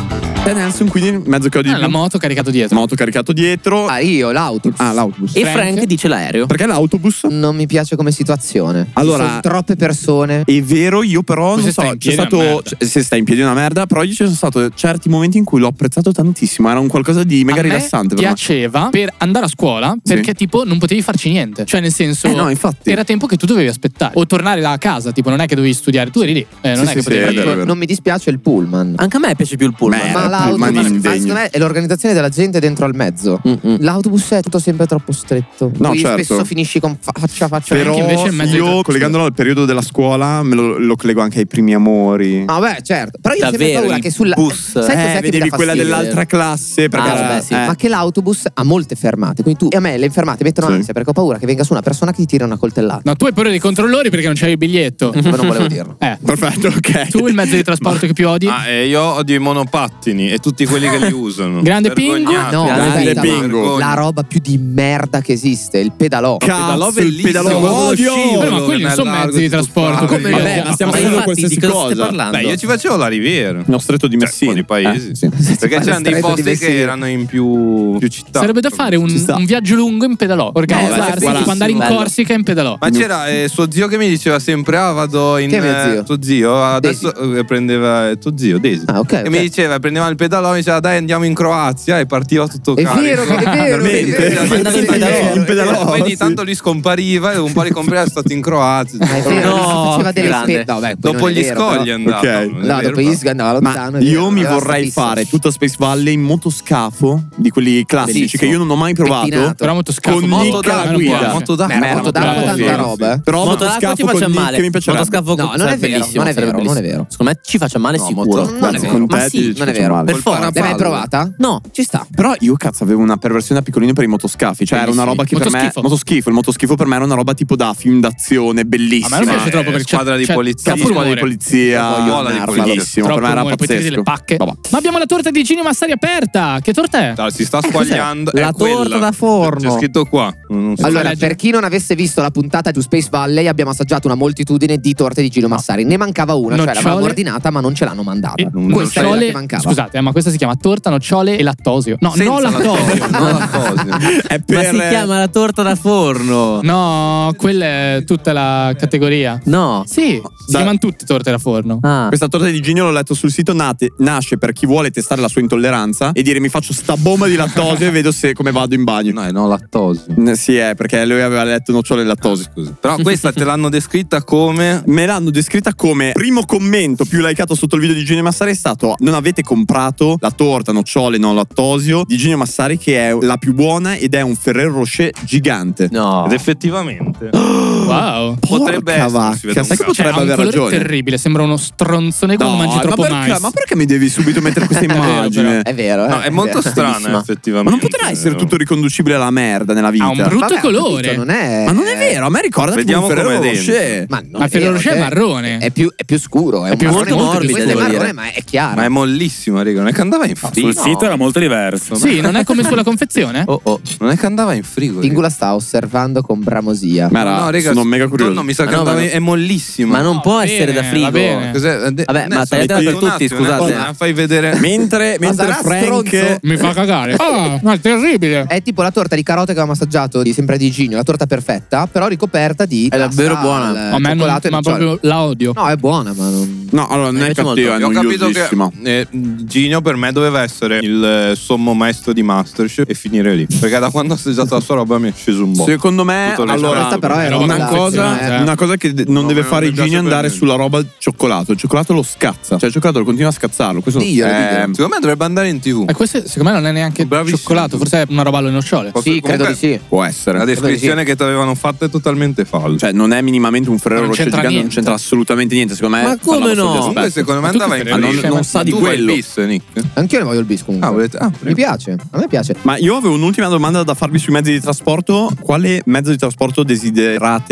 Te Nelson, quindi mezzo che ho di Ah, più. la moto caricato dietro. Moto caricato dietro. Ah, io, l'autobus. Ah, l'autobus. E Frank dice l'aereo. Perché l'autobus? Non mi piace come situazione. Allora- Ci sono troppe persone. È vero, io però Poi non se so, stai in c'è piedi è una stato merda. c- se stai in piedi è una merda, però ci sono stati certi momenti in cui l'ho apprezzato tantissimo, era un qualcosa di mega A me rilassante per me. piaceva per andare a scuola perché tipo non potevi farci niente. Cioè nel senso Eh no, infatti. era tempo che tu dovevi aspettare o tornare da casa, tipo non è che dovevi studiare, tu eri lì. Eh, non Sì, è che sì, potevi sì, fare è vero, è vero. Non mi dispiace il pullman. Anche a me piace più il pullman. Beh, Ma il l'autobus, pullman ma indegno. secondo me è l'organizzazione della gente dentro al mezzo. Mm-mm. L'autobus è tutto sempre troppo stretto. No, Poi certo. spesso finisci con faccia a faccia. Però invece il mezzo di io trasporto- collegandolo al periodo della scuola me lo, lo collego anche ai primi amori. Ah, beh, certo. Però io ho sempre Davvero, paura il che sulla bus. Sai cos'è Eh, che mi vedevi dà quella fastidio? dell'altra classe perché Ah, era- vabbè, sì. eh. Ma che l'autobus ha molte fermate. Quindi tu e a me le fermate mettono Sì. ansia perché ho paura che venga su una persona che ti tira una coltellata. No, tu hai paura dei controllori perché non c'hai il biglietto. Ma non volevo dirlo. Eh. Perfetto, ok. Tu il mezzo di trasporto che più odi? Ah, e io odio i monopattini e tutti quelli che li usano. Grande Pingu? Vergognati. No, Grande aspetta, ma bingo. la roba più di merda che esiste, il pedalò. Cazzo, il bellissimo, pedalò quello odio. scivolo Però, ma quelli non nel sono largo mezzi di di trasporto. Tuffano. Come Vabbè, io? ma stiamo Ma facendo infatti, qualsiasi di cosa stai cosa. parlando? Beh, io ci facevo la riviera. Lo stretto di Cioè, Messina. fuori paesi. Eh, sì. Perché fa c'erano lo dei stretto posti di che Messina. erano in più, più città. Sarebbe da fare un, Ci sta. un viaggio lungo in pedalò. Organizzarsi, bellissimo. tipo andare in Bello. Corsica in pedalò. Ma c'era eh, suo zio che mi diceva sempre: ah, vado in. Che è mio zio? eh, tuo zio adesso eh, prendeva eh, tuo zio, Desi. Ah, ok. E ok. mi diceva, prendeva il pedalò, mi diceva dai andiamo in Croazia e partiva tutto È carico. vero, è vero, è Veramente? vero. Ma andavi in pedalò? In pedalò, Poi ogni sì. tanto lui scompariva e un po' ricompareva è stato in Croazia. Ma è vero, No, faceva delle grande. spe- no, beh, poi Dopo non è gli vero, scogli però. andava. Ok. non è No, vero, dopo gli però. scogli andava Ma lontano. è io vero, mi aveva vorrei sta fare fissa. tutta Space Valley in motoscafo di quelli classici Bellissimo. che io non ho mai provato. Pettinato. Però motoscafo Con moto Nick alla d'acqua, guida. eh. Moto d'acqua. Beh, ma moto d'acqua Bravo, tanta sì, roba, eh. Però Moto d'acqua motoscafo ci faccia con Nick male. mi piacerebbe. Motoscafo No, non è sarebbe vero, bellissimo, non è sarebbe vero, non è bellissimo. vero. Secondo me ci faccia male No, sicuro. moto- Non è Con vero. te Ma ti- sì, ci Non è faccio vero. male. Per Col forza. parapallo. L'hai mai provata? No. Ci sta. Però io cazzo avevo una perversione da piccolino per i motoscafi. Cioè era una roba che per me. Motoschifo. Motoschifo. Il motoschifo per me era una roba tipo da film d'azione, bellissima. A me non piace Eh, troppo perché c'è- squadra di c'è polizia. Sì, troppo squadra di rumore. polizia. Vola di merda, polizia. bellissimo. Troppo Per me era rumore, poi ti tiri pazzesco. le pacche. Vabbè. Ma abbiamo la torta di Gino Massari aperta. Che torta è? Allora, si sta cos'è? squagliando. è La torta quella. da forno. C'è scritto qua. Non so. Allora, leggere. per chi non avesse visto la puntata di Space Valley, abbiamo assaggiato una moltitudine di torte di Gino Massari. Ne mancava una, cioè l'avevamo Nocciole. ordinata, ma non ce l'hanno mandata. E Questa era la nocciole- che mancava. Scusate, eh, ma questa si chiama torta, nocciole e lattosio. No, Senza no lattosio. lattosio, no lattosio. È Ma per. si chiama la torta da forno. No, quella è tutta la categoria. No. Sì, si Da- chiamano tutte torte da forno. Ah. Questa torta di Gino, l'ho letto sul sito, nate- nasce per chi vuole testare la sua intolleranza e dire mi faccio sta bomba di lattosio e vedo se come vado in bagno. No, è no lattosio. Eh, Sì, è perché lui aveva letto nocciole e lattosio. Scusa. Però questa te l'hanno descritta come. Me l'hanno descritta come primo commento più likeato sotto il video di Gino Massari è stato: non avete comprato la torta nocciole non lattosio di Gino Massari, che è la più buona ed è un Ferrero Rocher gigante. No. Ed effettivamente Wow. potrebbe Porca essere. vacca, si vede un sai che cazzo. Cioè, potrebbe ha un aver colore ragione. terribile, sembra uno stronzone che non mangi ma troppo perché, mais. ma perché mi devi subito mettere questa È vero, immagine? È vero, eh? No, è molto vero. strana Bellissima. effettivamente. Ma non potrà essere tutto riconducibile alla merda nella vita. Ha un brutto Vabbè, ho colore. capito, non è... Ma non è vero, a me ricorda Vediamo tipo un Ferrero com'è dentro. Rocher. Ma, non Ma è Ferrero vero, Rocher è cioè, marrone. È più, è più scuro, è, È un più marrone molto molto morbido, questo è devo marrone, dire. ma è chiaro. Ma è mollissima, raga. Non è che andava in frigo. Sul sito era molto diverso. Sì, non è come sulla confezione? Oh, oh. Non è che andava in frigo. raga. Pingula sta osservando con bramosia. Ma era- No, raga, sono mega curioso. No, mi sa Ma che no, andava ma in- no. è mollissima. Ma non può Va essere bene, da frigo. va bene. Cos'è? De- Vabbè, ma adesso tagliatela per un tutti, attimo, scusate. eh, la fai vedere. Mentre, mentre sarà Frank stronzo? Mi fa cagare. Ah, ma è terribile. È tipo la torta di carote che avevamo assaggiato di, sempre di Gino, la torta perfetta, però ricoperta di È davvero pasta buona. al A me non, cioccolato e ma nocciole. proprio la odio. No, è buona, ma non... No, allora non Mi è piace cattiva, è Io ho capito noiosissima. che eh, Gino per me doveva essere il eh, sommo maestro di Masterchef e finire lì. Perché da quando ho assaggiato la sua roba mi è sceso un po'. Secondo me, Tutto le allora, Questa però è roba una roba cosa, affezionata, eh. una cosa che de- non No, deve non fare mi piace Gini è per andare niente. sulla roba al cioccolato. Il cioccolato lo scazza. Cioè il cioccolato lo continua a scazzarlo. Questo Diglielo, è- diglielo. Secondo me dovrebbe andare in tv. E questo secondo me non è neanche Bravissimo. cioccolato, forse è una roba alle nocciole. Posso- Sì, credo di comunque, sì. può essere. La descrizione Sì. che ti avevano fatto è totalmente falsa. Cioè non è minimamente un Ferrero Non Rocher c'entra gigante, non niente. c'entra assolutamente niente. Secondo me Ma come parlava solo no? di Comunque aspetto. secondo me Ma tu andava che in fai? frigo. Non- non sa di Tu vuoi il quello. bis, Nick? Anch'io ne voglio il bis comunque. Ah, volete? Ah, Mi prego. piace, a me piace. Ma io avevo un'ultima domanda da farvi sui mezzi di trasporto. Quale mezzo di trasporto desiderate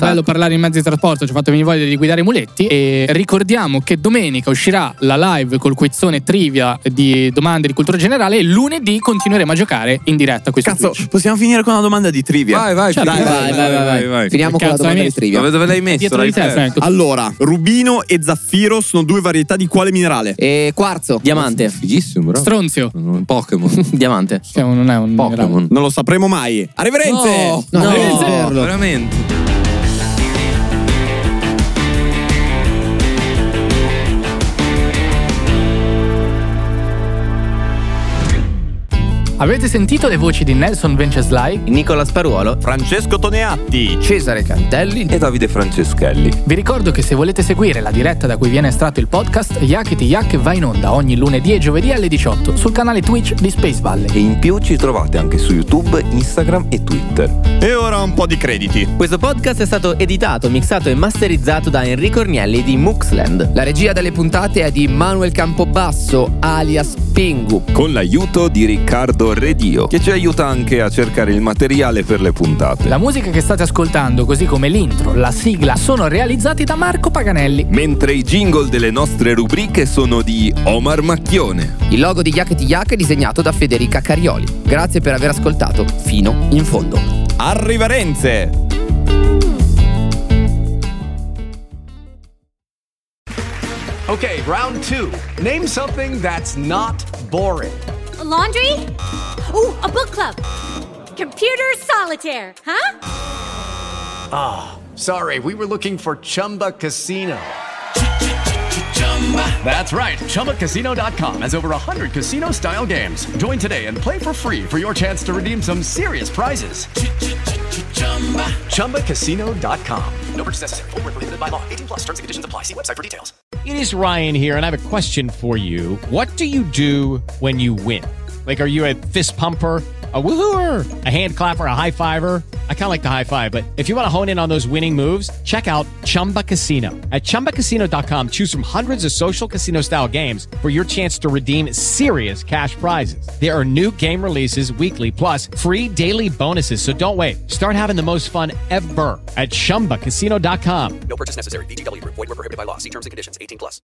bello parlare in mezzi di trasporto, ci ha fatto venire voglia di guidare i muletti. E ricordiamo che domenica uscirà la live col quizzone trivia di domande di cultura generale e lunedì continueremo a giocare in diretta qui su Cazzo, Twitch. possiamo finire con una domanda di trivia? Vai, vai, Certo. vai, vai, vai, vai, vai, vai. Finiamo Che con la cazzo hai domanda di messo? trivia. Dove, dove l'hai messo? Dietro L'hai di te, perso? Franco. Allora, rubino e zaffiro sono due varietà di quale minerale? E quarzo. Diamante. Fighissimo, bro. Stronzio. Un Pokémon. Diamante. Che non è un minerale. Pokémon. Non lo sapremo mai. Arrivederci! No, No. devi saperlo. Veramente. Avete sentito le voci di Nelson Venceslai? Nicola Sparuolo. Francesco Toneatti. Cesare Cantelli. E Davide Franceschelli. Vi ricordo che se volete seguire la diretta da cui viene estratto il podcast, Yakety Yak va in onda ogni lunedì e giovedì alle diciotto sul canale Twitch di Space Valley. E in più ci trovate anche su YouTube, Instagram e Twitter. E ora un po' di crediti. Questo podcast è stato editato, mixato e masterizzato da Enrico Ornielli di Muxland. La regia delle puntate è di Manuel Campobasso, alias Pingu. Con l'aiuto di Riccardo Redio, che ci aiuta anche a cercare il materiale per le puntate. La musica che state ascoltando, così come l'intro, la sigla, sono realizzati da Marco Paganelli. Mentre i jingle delle nostre rubriche sono di Omar Macchione. Il logo di Yakety Yak è disegnato da Federica Carioli. Grazie per aver ascoltato fino in fondo. Arrivarenze! Okay, round two. Name something that's not boring. A laundry? Ooh, a book club. Computer solitaire, huh? Ah, oh, sorry, we were looking for Chumba Casino. That's right, Chumba Casino dot com has over one hundred casino-style games. Join today and play for free for your chance to redeem some serious prizes. Chumba Casino dot com. No purchase necessary. Void where prohibited by law. eighteen plus terms and conditions apply. See website for details. It is Ryan here, and I have a question for you. What do you do when you win? Like, are you a fist pumper, a woohooer, a hand clapper, a high fiver? I kind of like the high five, but if you want to hone in on those winning moves, check out Chumba Casino. At Chumba Casino dot com, choose from hundreds of social casino style games for your chance to redeem serious cash prizes. There are new game releases weekly, plus free daily bonuses. So don't wait. Start having the most fun ever at Chumba Casino dot com. No purchase necessary. V G W Group. Void where prohibited by law. See terms and conditions. eighteen plus.